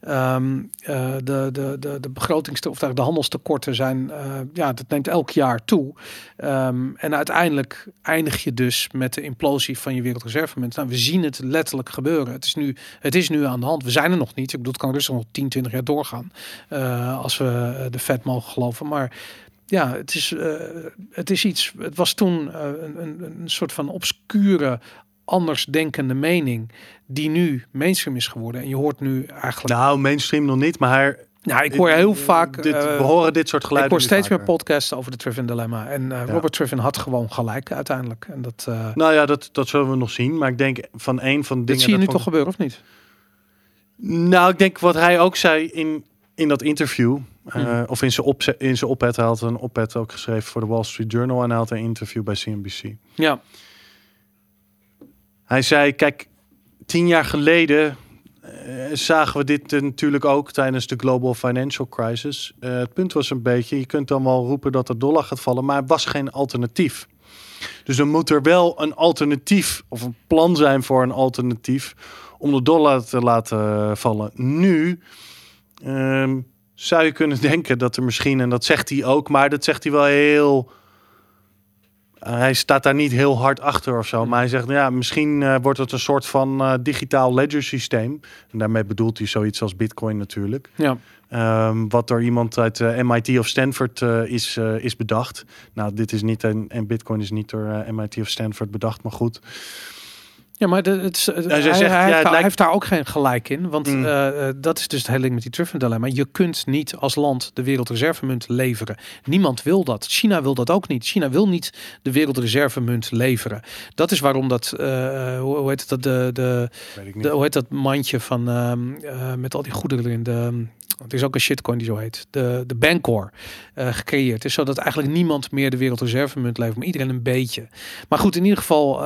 De de handelstekorten zijn, dat neemt elk jaar toe. En uiteindelijk eindig je dus met de implosie van je wereldreservemunt. Nou, we zien het letterlijk gebeuren. Het is nu aan de hand. We zijn er nog niet. Ik bedoel, het kan rustig nog 10, 20 jaar doorgaan. Als we de Fed mogen geloven. Maar ja, het is iets. Het was toen een soort van obscure, anders denkende mening die nu mainstream is geworden. En je hoort nu eigenlijk... Nou, mainstream nog niet, maar... Nou, ik hoor heel vaak... we horen dit soort geluiden. Ik hoor steeds meer podcasts over de Triffin dilemma. En Robert Triffin had gewoon gelijk uiteindelijk. En dat, nou ja, dat zullen we nog zien. Maar ik denk van een van de dingen... Dat zie je nu toch gebeuren, of niet? Nou, ik denk wat hij ook zei in dat interview... of in zijn opzet. Hij had een opzet ook geschreven voor de Wall Street Journal... en hij had een interview bij CNBC. Ja. Hij zei, kijk, 10 jaar geleden... zagen we dit natuurlijk ook tijdens de Global Financial Crisis. Het punt was een beetje, je kunt dan wel roepen dat de dollar gaat vallen, maar er was geen alternatief. Dus dan moet er wel een alternatief of een plan zijn voor een alternatief om de dollar te laten vallen. Nu zou je kunnen denken dat er misschien, en dat zegt hij ook, maar dat zegt hij wel heel... hij staat daar niet heel hard achter of zo. Maar hij zegt, ja, misschien wordt het een soort van digitaal ledger systeem. En daarmee bedoelt hij zoiets als Bitcoin natuurlijk. Ja. Wat door iemand uit MIT of Stanford is bedacht. Nou, dit is niet en Bitcoin is niet door MIT of Stanford bedacht, maar goed. Ja, maar hij heeft daar ook geen gelijk in. Want dat is dus het hele ding met die Triffin dilemma. Je kunt niet als land de wereldreservemunt leveren. Niemand wil dat. China wil dat ook niet. China wil niet de wereldreservemunt leveren. Dat is waarom dat, hoe heet het, hoe heet dat mandje van met al die goederen erin, het is ook een shitcoin die zo heet. De Bancor gecreëerd is. Zodat eigenlijk niemand meer de wereldreservemunt levert. Maar iedereen een beetje. Maar goed, in ieder geval...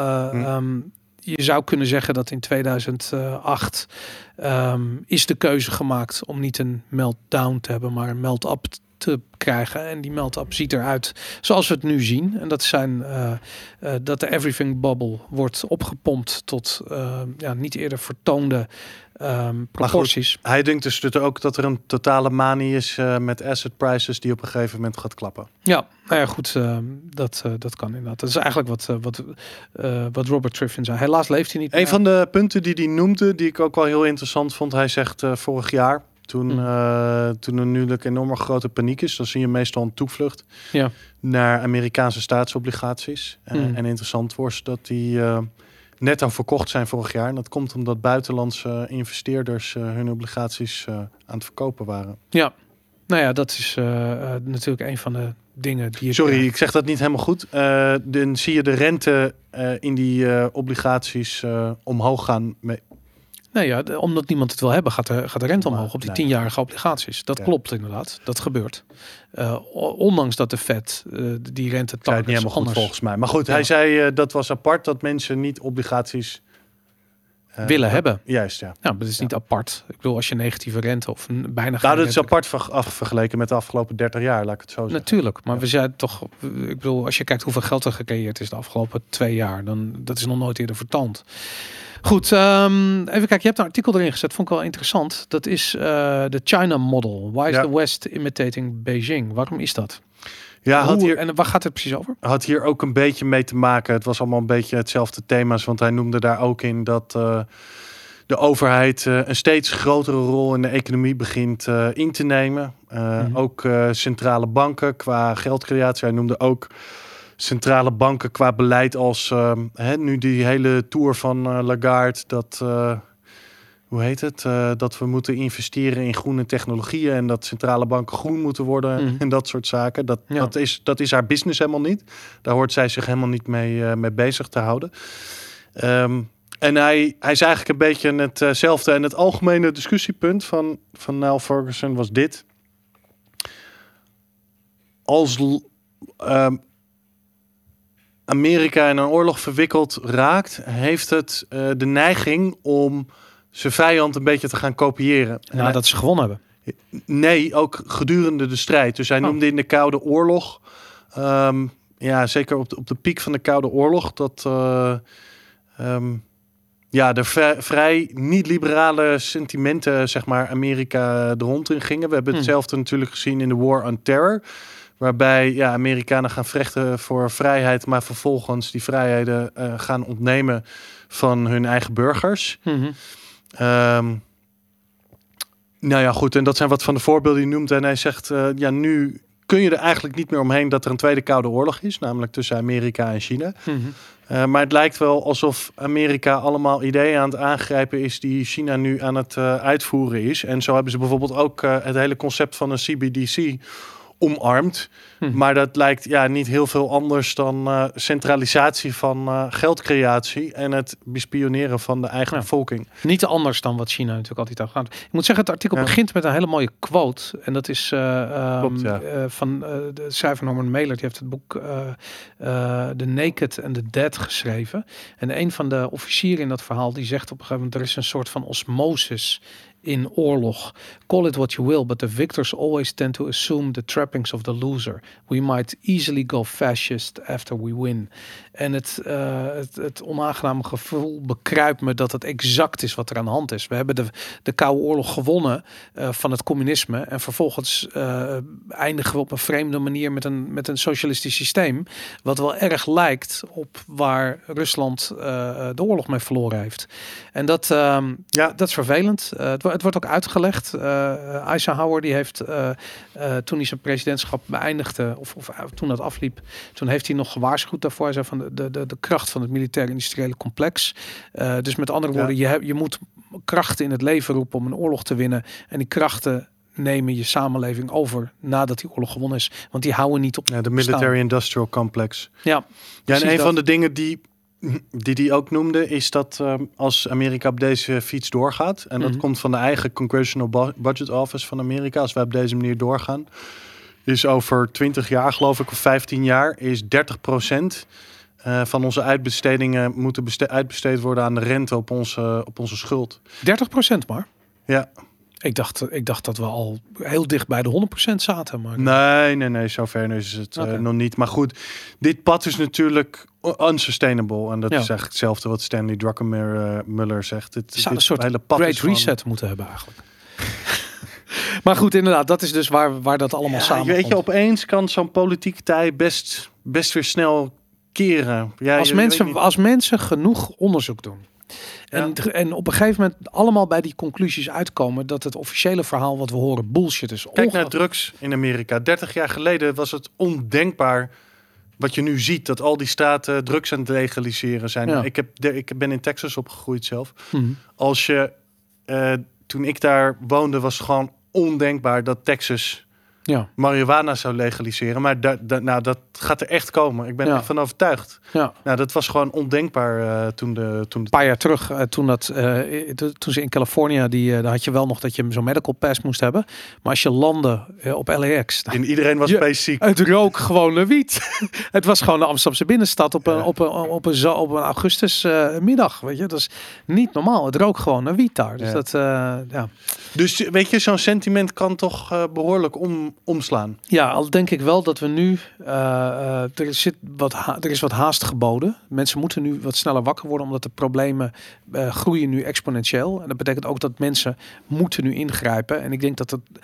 je zou kunnen zeggen dat in 2008 is de keuze gemaakt om niet een meltdown te hebben, maar een melt-up te krijgen. En die melt-up ziet eruit zoals we het nu zien. En dat zijn dat de everything bubble wordt opgepompt tot niet eerder vertoonde proporties. Goed, hij denkt dus ook dat er een totale manie is met asset prices die op een gegeven moment gaat klappen. Ja, nou ja, goed, dat kan inderdaad. Dat is eigenlijk wat Robert Triffin zei. Helaas leeft hij niet meer. Een van de punten die hij noemde, die ik ook wel heel interessant vond, hij zegt vorig jaar, toen er nu een enorme grote paniek is, dan zie je meestal een toevlucht naar Amerikaanse staatsobligaties. En interessant was dat die netto verkocht zijn vorig jaar. En dat komt omdat buitenlandse investeerders hun obligaties aan het verkopen waren. Ja, nou ja, dat is natuurlijk een van de dingen die... Sorry, ik zeg dat niet helemaal goed. Dan zie je de rente in die obligaties omhoog gaan. Nee, ja, omdat niemand het wil hebben, gaat de rente omhoog op die 10-jarige obligaties. Dat klopt inderdaad. Dat gebeurt. Ondanks dat de Fed die rente niet helemaal goed volgens mij. Maar goed, hij zei dat was apart dat mensen niet obligaties willen hebben. Juist, ja. Nou, maar dat is niet apart. Ik bedoel, als je negatieve rente of bijna... Nou, dat is apart vergeleken met de afgelopen 30 jaar, laat ik het zo zeggen. Natuurlijk, maar we zijn toch... Ik bedoel, als je kijkt hoeveel geld er gecreëerd is de afgelopen 2 jaar, dan dat is nog nooit eerder vertoond. Goed, even kijken. Je hebt een artikel erin gezet, vond ik wel interessant. Dat is de China Model. Why is the West imitating Beijing? Waarom is dat? Ja, En waar gaat het precies over? Had hier ook een beetje mee te maken. Het was allemaal een beetje hetzelfde thema's. Want hij noemde daar ook in dat de overheid een steeds grotere rol in de economie begint in te nemen. Ook centrale banken qua geldcreatie. Hij noemde ook centrale banken qua beleid als nu die hele tour van Lagarde. Dat... Hoe heet het? Dat we moeten investeren in groene technologieën en dat centrale banken groen moeten worden en dat soort zaken. Dat is haar business helemaal niet. Daar hoort zij zich helemaal niet mee bezig te houden. En hij is eigenlijk een beetje hetzelfde. En het algemene discussiepunt van Niall Ferguson was dit. Als Amerika in een oorlog verwikkeld raakt, heeft het de neiging om zijn vijand een beetje te gaan kopiëren. Dat ze gewonnen hebben. Nee, ook gedurende de strijd. Dus hij noemde in de Koude Oorlog, zeker op de piek van de Koude Oorlog, dat de vrij niet-liberale sentimenten, zeg maar, Amerika de rond in gingen. We hebben hetzelfde natuurlijk gezien in de War on Terror, waarbij Amerikanen gaan vechten voor vrijheid, maar vervolgens die vrijheden gaan ontnemen van hun eigen burgers. Goed, en dat zijn wat van de voorbeelden die hij noemt. En hij zegt, nu kun je er eigenlijk niet meer omheen dat er een tweede Koude Oorlog is, namelijk tussen Amerika en China. Maar het lijkt wel alsof Amerika allemaal ideeën aan het aangrijpen is die China nu aan het uitvoeren is. En zo hebben ze bijvoorbeeld ook het hele concept van een CBDC omarmd. Maar dat lijkt niet heel veel anders dan centralisatie van geldcreatie en het bespioneren van de eigen bevolking. Niet anders dan wat China natuurlijk altijd al gaat. Ik moet zeggen, het artikel begint met een hele mooie quote. En dat is van de schrijver Norman Mailer. Die heeft het boek The Naked and the Dead geschreven. En een van de officieren in dat verhaal die zegt op een gegeven moment, er is een soort van osmosis in oorlog. Call it what you will, but the victors always tend to assume the trappings of the loser. We might easily go fascist after we win. En het onaangename gevoel bekruipt me dat het exact is wat er aan de hand is. We hebben de Koude Oorlog gewonnen van het communisme en vervolgens eindigen we op een vreemde manier met een socialistisch systeem, wat wel erg lijkt op waar Rusland de oorlog mee verloren heeft. En dat is vervelend. Het wordt ook uitgelegd. Eisenhower die heeft toen hij zijn presidentschap beëindigde of toen dat afliep, toen heeft hij nog gewaarschuwd daarvoor. Hij zei van de kracht van het militair-industriële complex. Dus met andere woorden, je moet krachten in het leven roepen om een oorlog te winnen. En die krachten nemen je samenleving over nadat die oorlog gewonnen is. Want die houden niet op. Ja, de military-industrial complex. Ja, en een van de dingen die ook noemde, is dat als Amerika op deze fiets doorgaat, en dat komt van de eigen Congressional Budget Office van Amerika, als wij op deze manier doorgaan, is over 20 jaar, geloof ik, of 15 jaar, is 30% van onze uitbestedingen moeten uitbesteed worden aan de rente op onze schuld. 30% maar? Ja. Ik dacht dat we al heel dicht bij de 100% zaten. Maar... Nee, zover is het nog niet. Maar goed, dit pad is natuurlijk unsustainable. En dat is eigenlijk hetzelfde wat Stanley Druckenmiller zegt. Het zou een soort hele pad great reset moeten hebben eigenlijk. Maar goed, inderdaad, dat is dus waar dat allemaal samen weet je, opeens kan zo'n politieke tij best weer snel keren. Ja, als mensen genoeg onderzoek doen. En op een gegeven moment allemaal bij die conclusies uitkomen dat het officiële verhaal wat we horen bullshit is. Kijk naar drugs in Amerika. 30 jaar geleden was het ondenkbaar wat je nu ziet, dat al die staten drugs aan het legaliseren zijn. Ja. Ik ben in Texas opgegroeid zelf. Als je toen ik daar woonde, was het gewoon ondenkbaar dat Texas marihuana zou legaliseren. Maar dat gaat er echt komen. Ik ben er van overtuigd. Ja. Nou, dat was gewoon ondenkbaar toen een paar jaar terug, toen ze in Californië, daar had je wel nog dat je zo'n medical pass moest hebben. Maar als je landde op LAX... En iedereen was basic. Het rook gewoon een wiet. Het was gewoon de Amsterdamse binnenstad op een augustusmiddag. Weet je, dat is niet normaal. Het rook gewoon een wiet daar. Dus Dus weet je, zo'n sentiment kan toch behoorlijk omslaan. Ja, al denk ik wel dat we nu... er is wat haast geboden. Mensen moeten nu wat sneller wakker worden, omdat de problemen groeien nu exponentieel. En dat betekent ook dat mensen moeten nu ingrijpen. En ik denk dat het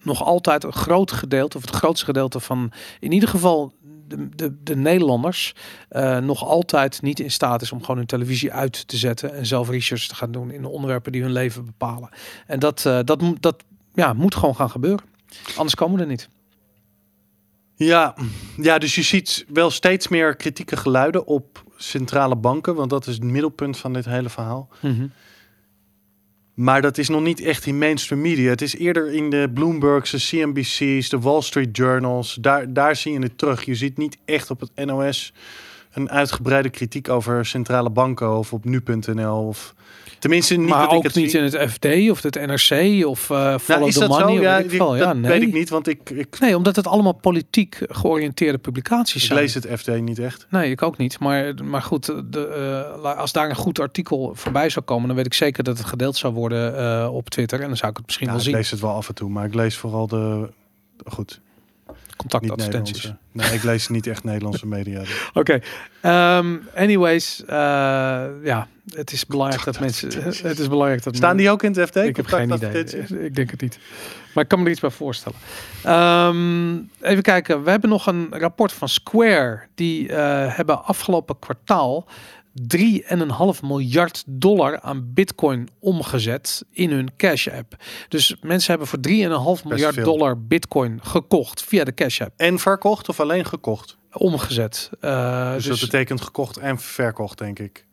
nog altijd een groot gedeelte, of het grootste gedeelte van in ieder geval de Nederlanders nog altijd niet in staat is om gewoon hun televisie uit te zetten en zelf research te gaan doen in de onderwerpen die hun leven bepalen. En dat moet gewoon gaan gebeuren. Anders komen we er niet. Ja, dus je ziet wel steeds meer kritieke geluiden op centrale banken, want dat is het middelpunt van dit hele verhaal. Mm-hmm. Maar dat is nog niet echt in mainstream media. Het is eerder in de Bloomberg's, de CNBC's, de Wall Street Journals. Daar zie je het terug. Je ziet niet echt op het NOS een uitgebreide kritiek over centrale banken of op nu.nl of tenminste niet. Maar dat ook ik het niet zie. in het FD of het NRC of Follow is the dat Money. zo? Ja, Dat weet ik niet, want ik Nee, omdat het allemaal politiek georiënteerde publicaties zijn. lees het FD niet echt. Nee, ik ook niet. Maar goed, als daar een goed artikel voorbij zou komen, dan weet ik zeker dat het gedeeld zou worden op Twitter. En dan zou ik het misschien wel Ik zien. lees het wel af en toe, maar ik lees vooral niet Contactadvertenties. Nederlandse. Nee, ik lees niet echt Nederlandse media. Oké. Anyways, het is belangrijk dat mensen. Het is belangrijk dat Staan die ook in het FD? Ik heb geen idee. Ik denk het niet. Maar ik kan me er iets bij voorstellen. Even kijken. We hebben nog een rapport van Square. Die hebben afgelopen kwartaal $3,5 miljard aan Bitcoin omgezet in hun Cash App. Dus mensen hebben voor $3,5 miljard Bitcoin gekocht via de Cash App. En verkocht of alleen gekocht? Omgezet. Dus dat betekent gekocht en verkocht, denk ik.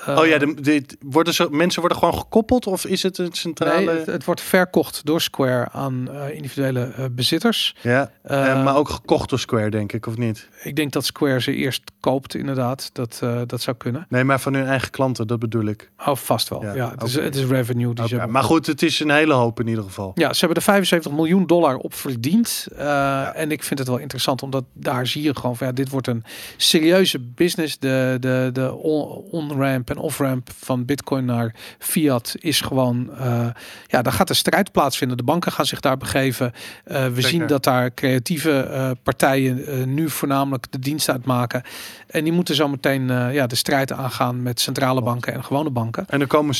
Mensen worden gewoon gekoppeld of is het een centrale... Nee, het wordt verkocht door Square aan individuele bezitters. Ja, maar ook gekocht door Square, denk ik, of niet? Ik denk dat Square ze eerst koopt, inderdaad. Dat zou kunnen. Nee, maar van hun eigen klanten, dat bedoel ik. Oh, vast wel. Ja, het is revenue die ze hebben. Maar goed, het is een hele hoop in ieder geval. Ja, ze hebben er $75 miljoen op verdiend. En ik vind het wel interessant, omdat daar zie je gewoon van, dit wordt een serieuze business. De on-ramp en off-ramp van Bitcoin naar fiat is gewoon... daar gaat een strijd plaatsvinden. De banken gaan zich daar begeven. We zien dat daar creatieve partijen nu voornamelijk de dienst uitmaken. En die moeten zo meteen de strijd aangaan met centrale banken en gewone banken. En er komen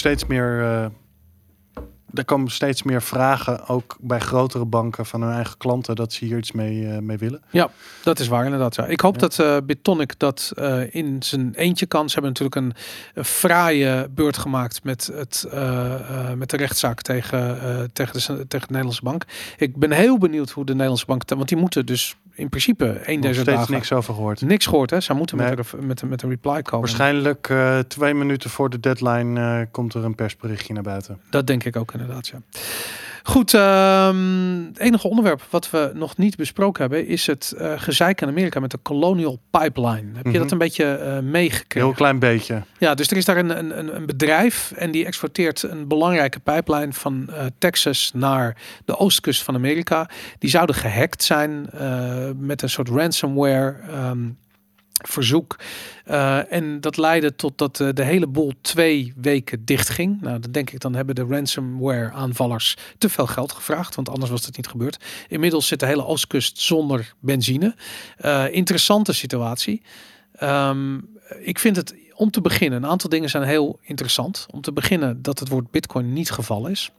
steeds meer vragen, ook bij grotere banken van hun eigen klanten, dat ze hier iets mee willen. Ja, dat is waar inderdaad. Ja. Ik hoop dat BitTonic dat in zijn eentje kan. Ze hebben natuurlijk een fraaie beurt gemaakt met de rechtszaak tegen de Nederlandse bank. Ik ben heel benieuwd hoe de Nederlandse bank, want die moeten dus in principe deze dagen niks over gehoord. Niks gehoord, hè? Ze moeten met een reply komen. Waarschijnlijk 2 minuten voor de deadline komt er een persberichtje naar buiten. Dat denk ik ook inderdaad, ja. Goed, het enige onderwerp wat we nog niet besproken hebben is het gezeik in Amerika met de Colonial Pipeline. Heb je dat een beetje meegekregen? Heel klein beetje. Ja, dus er is daar een bedrijf en die exporteert een belangrijke pipeline van Texas naar de oostkust van Amerika. Die zouden gehackt zijn met een soort ransomware verzoek. En dat leidde tot dat de hele boel 2 weken dicht ging. Nou, dan denk ik, dan hebben de ransomware aanvallers te veel geld gevraagd, want anders was het niet gebeurd. Inmiddels zit de hele oostkust zonder benzine. Interessante situatie. Ik vind het om te beginnen, een aantal dingen zijn heel interessant. Om te beginnen dat het woord Bitcoin niet gevallen is.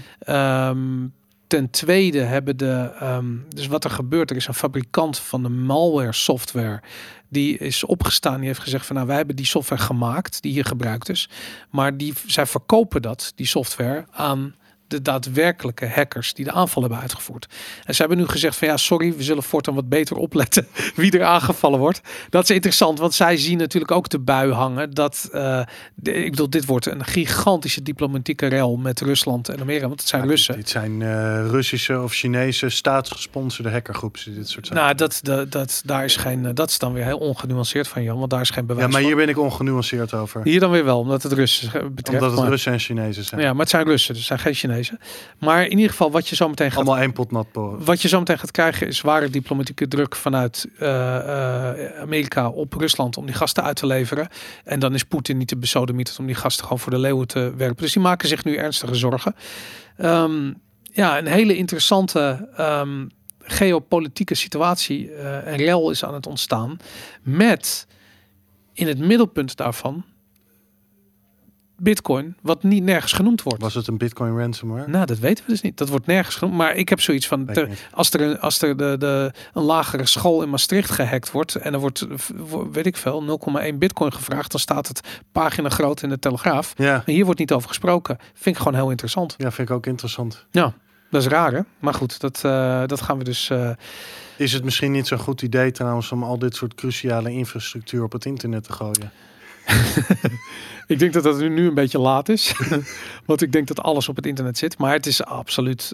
Ten tweede hebben dus wat er gebeurt, er is een fabrikant van de malware software. Die is opgestaan, die heeft gezegd van wij hebben die software gemaakt, die hier gebruikt is. Maar zij verkopen die software aan de daadwerkelijke hackers die de aanval hebben uitgevoerd. En ze hebben nu gezegd van sorry, we zullen voortaan wat beter opletten wie er aangevallen wordt. Dat is interessant, want zij zien natuurlijk ook de bui hangen dat, ik bedoel, dit wordt een gigantische diplomatieke rel met Rusland en Amerika, want het zijn Russen. Dit zijn Russische of Chinese staatsgesponsorde hackergroepen, dit soort zaken. Nou, dat is dan weer heel ongenuanceerd van Jan, want daar is geen bewijs maar hier van. ben ik ongenuanceerd over. Hier dan weer wel, omdat het Russen betreft. Omdat het Russen en Chinezen zijn. Ja, maar het zijn Russen, dus het zijn geen Chinezen. Maar in ieder geval, wat je zo meteen gaat... Allemaal één pot nat poren. Wat je zo meteen gaat krijgen is zware diplomatieke druk vanuit Amerika op Rusland om die gasten uit te leveren. En dan is Poetin niet te besodemieterd om die gasten gewoon voor de leeuwen te werpen. Dus die maken zich nu ernstige zorgen. Een hele interessante geopolitieke situatie en rel is aan het ontstaan met in het middelpunt daarvan Bitcoin, wat niet nergens genoemd wordt. Was het een Bitcoin ransomware? Nou, dat weten we dus niet. Dat wordt nergens genoemd. Maar ik heb zoiets van, als er een lagere school in Maastricht gehackt wordt en er wordt, weet ik veel, 0,1 Bitcoin gevraagd, dan staat het pagina groot in de Telegraaf. Ja. En hier wordt niet over gesproken. Vind ik gewoon heel interessant. Ja, vind ik ook interessant. Ja, dat is raar, hè? Maar goed, dat gaan we dus... Is het misschien niet zo'n goed idee trouwens om al dit soort cruciale infrastructuur op het internet te gooien? Ik denk dat het nu een beetje laat is. Want ik denk dat alles op het internet zit. Maar het is absoluut...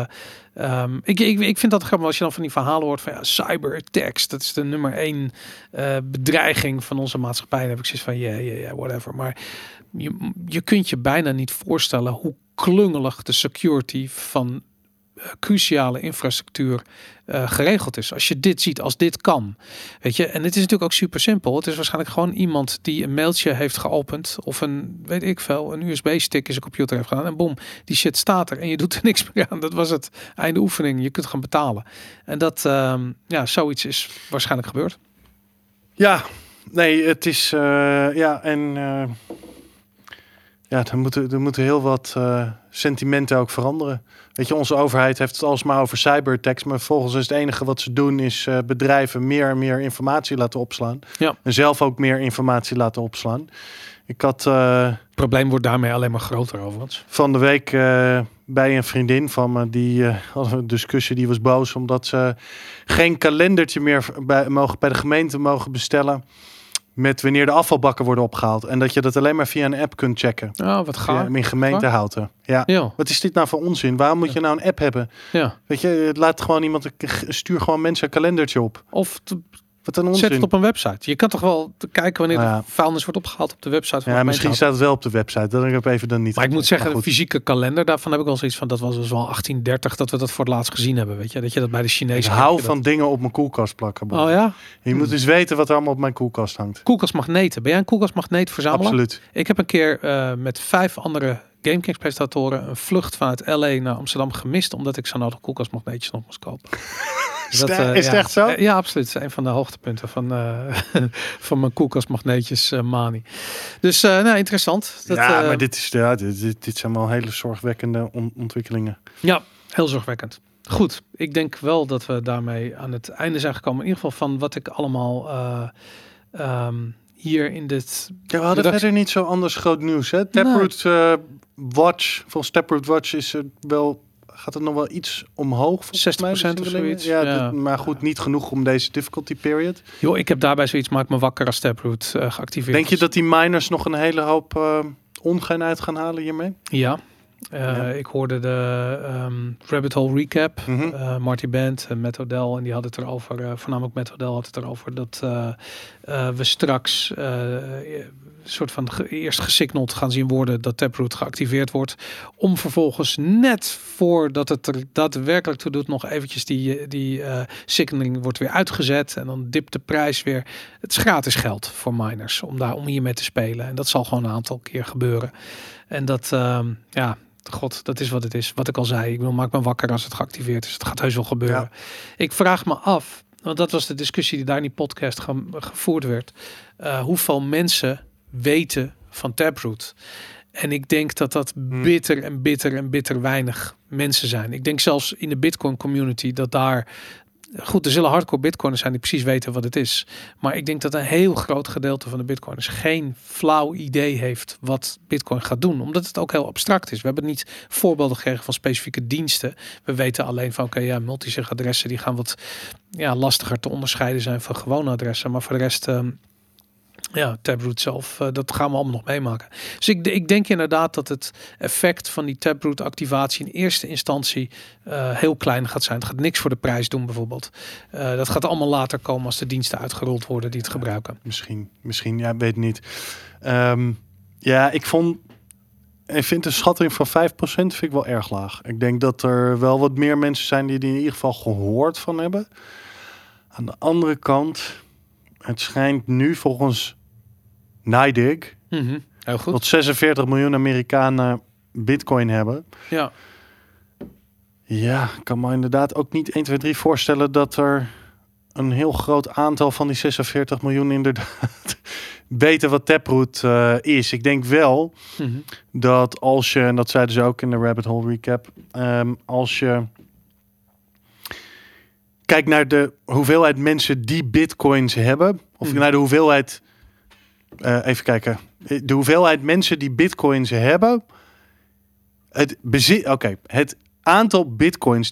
ik vind dat grappig als je dan van die verhalen hoort van cyberattacks. Dat is de nummer 1 bedreiging van onze maatschappij. Dan heb ik zoiets van whatever. Maar je kunt je bijna niet voorstellen hoe klungelig de security van cruciale infrastructuur geregeld is. Als je dit ziet, als dit kan. Weet je, en het is natuurlijk ook super simpel. Het is waarschijnlijk gewoon iemand die een mailtje heeft geopend of een USB-stick in zijn computer heeft gedaan en boom, die shit staat er en je doet er niks meer aan. Dat was het einde oefening. Je kunt gaan betalen. En dat, zoiets is waarschijnlijk gebeurd. Ja, nee, het is, er moeten heel wat sentimenten ook veranderen. Weet je, onze overheid heeft het alsmaar over cyberattacks, maar volgens is het enige wat ze doen is bedrijven meer en meer informatie laten opslaan. Ja. En zelf ook meer informatie laten opslaan. Ik had... Het probleem wordt daarmee alleen maar groter overigens. Van de week bij een vriendin van me, die had een discussie, die was boos omdat ze geen kalendertje meer bij de gemeente mogen bestellen met wanneer de afvalbakken worden opgehaald. En dat je dat alleen maar via een app kunt checken. Oh, wat gaaf. In gemeentehouten. Ja. Wat is dit nou voor onzin? Waarom moet je nou een app hebben? Ja. Weet je, laat gewoon iemand, stuur gewoon mensen een kalendertje op. Of zet het op een website. Je kan toch wel kijken wanneer de vuilnis wordt opgehaald op de website van de misschien staat het wel op de website. Dat heb ik even dan niet. Maar ik moet zeggen, de fysieke kalender, daarvan heb ik wel zoiets van, dat was dus wel 1830 dat we dat voor het laatst gezien hebben. Weet je, dat je dat bij de Chinezen. Ik hou van dingen op mijn koelkast plakken. Oh ja? Je moet dus weten wat er allemaal op mijn koelkast hangt. Koelkastmagneten. Ben jij een koelkastmagneet verzamelaar? Absoluut. Ik heb een keer met 5 andere GameKings presentatoren een vlucht vanuit LA naar Amsterdam gemist, omdat ik zo nodig koelkastmagneetjes nog moest kopen. Is het echt zo? Ja, absoluut. Het is een van de hoogtepunten van mijn koelkastmagneetjes manie. Dus interessant. Maar dit zijn wel hele zorgwekkende ontwikkelingen. Ja, heel zorgwekkend. Goed, ik denk wel dat we daarmee aan het einde zijn gekomen. In ieder geval van wat ik allemaal hier in dit... Ja, we hadden verder niet zo anders groot nieuws. Hè? Taproot Watch. Volgens Taproot Watch is er wel... Gaat het nog wel iets omhoog? 60% of zoiets. Ja. Maar goed, niet genoeg om deze difficulty period. Joh, ik heb daarbij zoiets, maak me wakker als Taproot geactiveerd. Denk je dat die miners nog een hele hoop ongein uit gaan halen hiermee? Ja. Ik hoorde de Rabbit Hole recap. Marty Bent en Matt Odell. En die hadden het erover, voornamelijk Matt Odell had het erover, dat we straks soort van eerst gesignald gaan zien worden dat Taproot geactiveerd wordt. Om vervolgens net voordat het er daadwerkelijk toe doet, nog eventjes die signaling wordt weer uitgezet. En dan dipt de prijs weer. Het is gratis geld voor miners om hiermee te spelen. En dat zal gewoon een aantal keer gebeuren. En dat, God, dat is wat het is. Wat ik al zei, ik maak me wakker als het geactiveerd is. Het gaat heus wel gebeuren. Ja. Ik vraag me af, want dat was de discussie die daar in die podcast gevoerd werd. Hoeveel mensen weten van Taproot. En ik denk dat bitter weinig mensen zijn. Ik denk zelfs in de Bitcoin community dat daar... Goed, er zullen hardcore Bitcoiners zijn die precies weten wat het is. Maar ik denk dat een heel groot gedeelte van de Bitcoiners geen flauw idee heeft wat Bitcoin gaat doen. Omdat het ook heel abstract is. We hebben niet voorbeelden gekregen van specifieke diensten. We weten alleen van multisig adressen die gaan wat lastiger te onderscheiden zijn van gewone adressen. Maar voor de rest... Taproot zelf, dat gaan we allemaal nog meemaken. Dus ik denk inderdaad dat het effect van die Taproot activatie in eerste instantie heel klein gaat zijn. Het gaat niks voor de prijs doen bijvoorbeeld. Dat gaat allemaal later komen als de diensten uitgerold worden die het gebruiken. Misschien, ja, weet niet. Ik vind de schatting van 5% vind ik wel erg laag. Ik denk dat er wel wat meer mensen zijn die in ieder geval gehoord van hebben. Aan de andere kant, het schijnt nu volgens NYDIG heel goed. dat 46 miljoen Amerikanen Bitcoin hebben. Ja. Ja, ik kan me inderdaad ook niet 1, 2, 3 voorstellen dat er een heel groot aantal van die 46 miljoen inderdaad weten wat Taproot is. Ik denk wel dat als je, en dat zeiden ze ook in de Rabbit Hole Recap, als je kijkt naar de hoeveelheid mensen die bitcoins hebben, of naar de hoeveelheid, even kijken, de hoeveelheid mensen die bitcoins hebben, het aantal bitcoins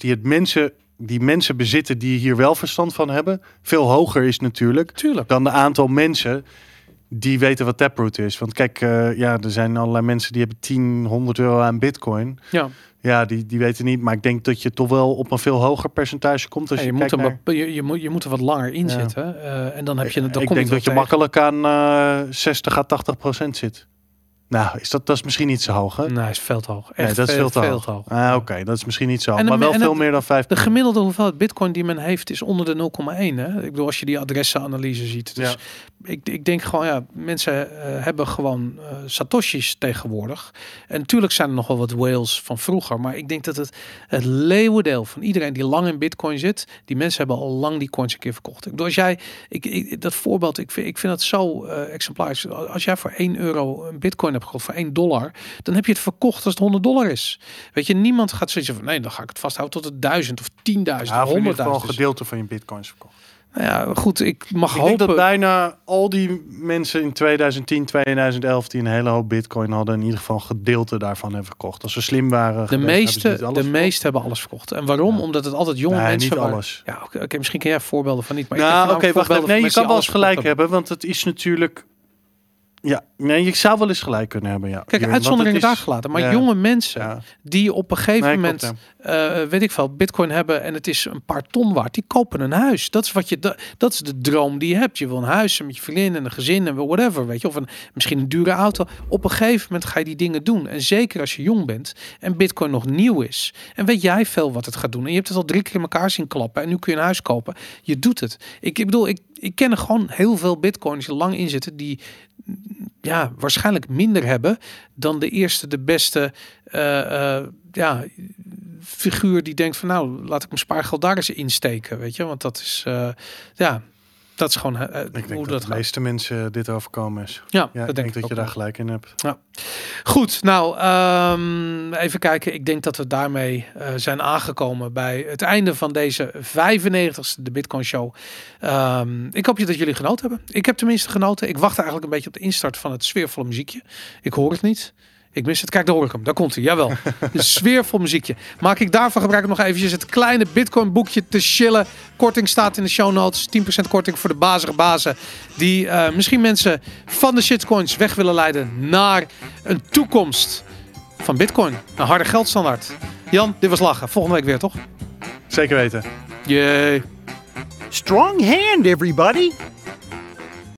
die mensen bezitten die hier wel verstand van hebben, veel hoger is natuurlijk dan de aantal mensen die weten wat Taproot is. Want kijk, er zijn allerlei mensen die hebben 10, 100 euro aan bitcoin. Ja, die weten niet. Maar ik denk dat je toch wel op een veel hoger percentage komt. Als je moet er wat langer in zitten. En dan heb je... Ik denk dat je makkelijk aan 60 à 80% zit. Nou, dat is misschien niet zo hoog, hè? Nee, is veel te hoog. Echt nee, dat is veel te hoog. Oké, dat is misschien niet zo hoog. Maar wel veel meer dan 5%. De gemiddelde hoeveelheid bitcoin die men heeft is onder de 0,1. Hè? Ik bedoel, als je die adressenanalyse ziet. Dus ik denk gewoon, mensen hebben gewoon satoshis tegenwoordig. En natuurlijk zijn er nog wel wat whales van vroeger. Maar ik denk dat het leeuwendeel van iedereen die lang in bitcoin zit, die mensen hebben al lang die coins een keer verkocht. Ik bedoel, als jij, dat voorbeeld, ik vind dat zo exemplarisch. Als jij voor 1 euro een bitcoin hebt gekocht voor $1, dan heb je het verkocht als het $100 is. Weet je, niemand gaat zeggen van nee, dan ga ik het vasthouden tot het 1000 of 10.000 of 100.000. Ja, of in ieder geval een gedeelte van je bitcoins verkocht. Nou ja, goed, ik hopen... denk dat bijna al die mensen in 2010, 2011 die een hele hoop bitcoin hadden, in ieder geval een gedeelte daarvan hebben verkocht. Als ze slim waren. De meeste hebben alles verkocht. En waarom? Omdat het altijd jonge mensen niet waren. Alles. Ja, oké, misschien ken jij voorbeelden van niet. Maar wacht even. Nee, je kan wel eens gelijk hebben, want het is natuurlijk... Ja, nee, je zou wel eens gelijk kunnen hebben. Ja. Kijk, uitzonderingen daar gelaten. Maar jonge mensen die op een gegeven moment, weet ik veel, bitcoin hebben en het is een paar ton waard, die kopen een huis. Dat is dat is de droom die je hebt. Je wil een huis met je vriendin en een gezin en whatever, weet je, of misschien een dure auto. Op een gegeven moment ga je die dingen doen. En zeker als je jong bent en bitcoin nog nieuw is en weet jij veel wat het gaat doen. En je hebt het al 3 keer in elkaar zien klappen en nu kun je een huis kopen. Je doet het. Ik bedoel, ik ken er gewoon heel veel bitcoins die er lang in zitten die waarschijnlijk minder hebben dan de eerste, de beste figuur die denkt van nou, laat ik mijn spaargeld daar eens insteken, weet je, want dat is dat is gewoon ik denk dat de meeste mensen dit overkomen is. Ja, ik denk dat je daar gelijk in hebt. Ja. Goed, nou even kijken. Ik denk dat we daarmee zijn aangekomen bij het einde van deze 95ste de Bitcoin Show. Ik hoop dat jullie genoten hebben. Ik heb tenminste genoten. Ik wacht eigenlijk een beetje op de instart van het sfeervolle muziekje. Ik hoor het niet. Ik mis het. Kijk, daar hoor ik hem. Daar komt hij. Jawel. De sfeervol muziekje. Maak ik daarvan gebruik nog eventjes het kleine Bitcoin boekje te chillen. Korting staat in de show notes. 10% korting voor de bazige bazen. Die misschien mensen van de shitcoins weg willen leiden naar een toekomst van Bitcoin. Een harde geldstandaard. Jan, dit was lachen. Volgende week weer, toch? Zeker weten. Yay. Strong hand, everybody.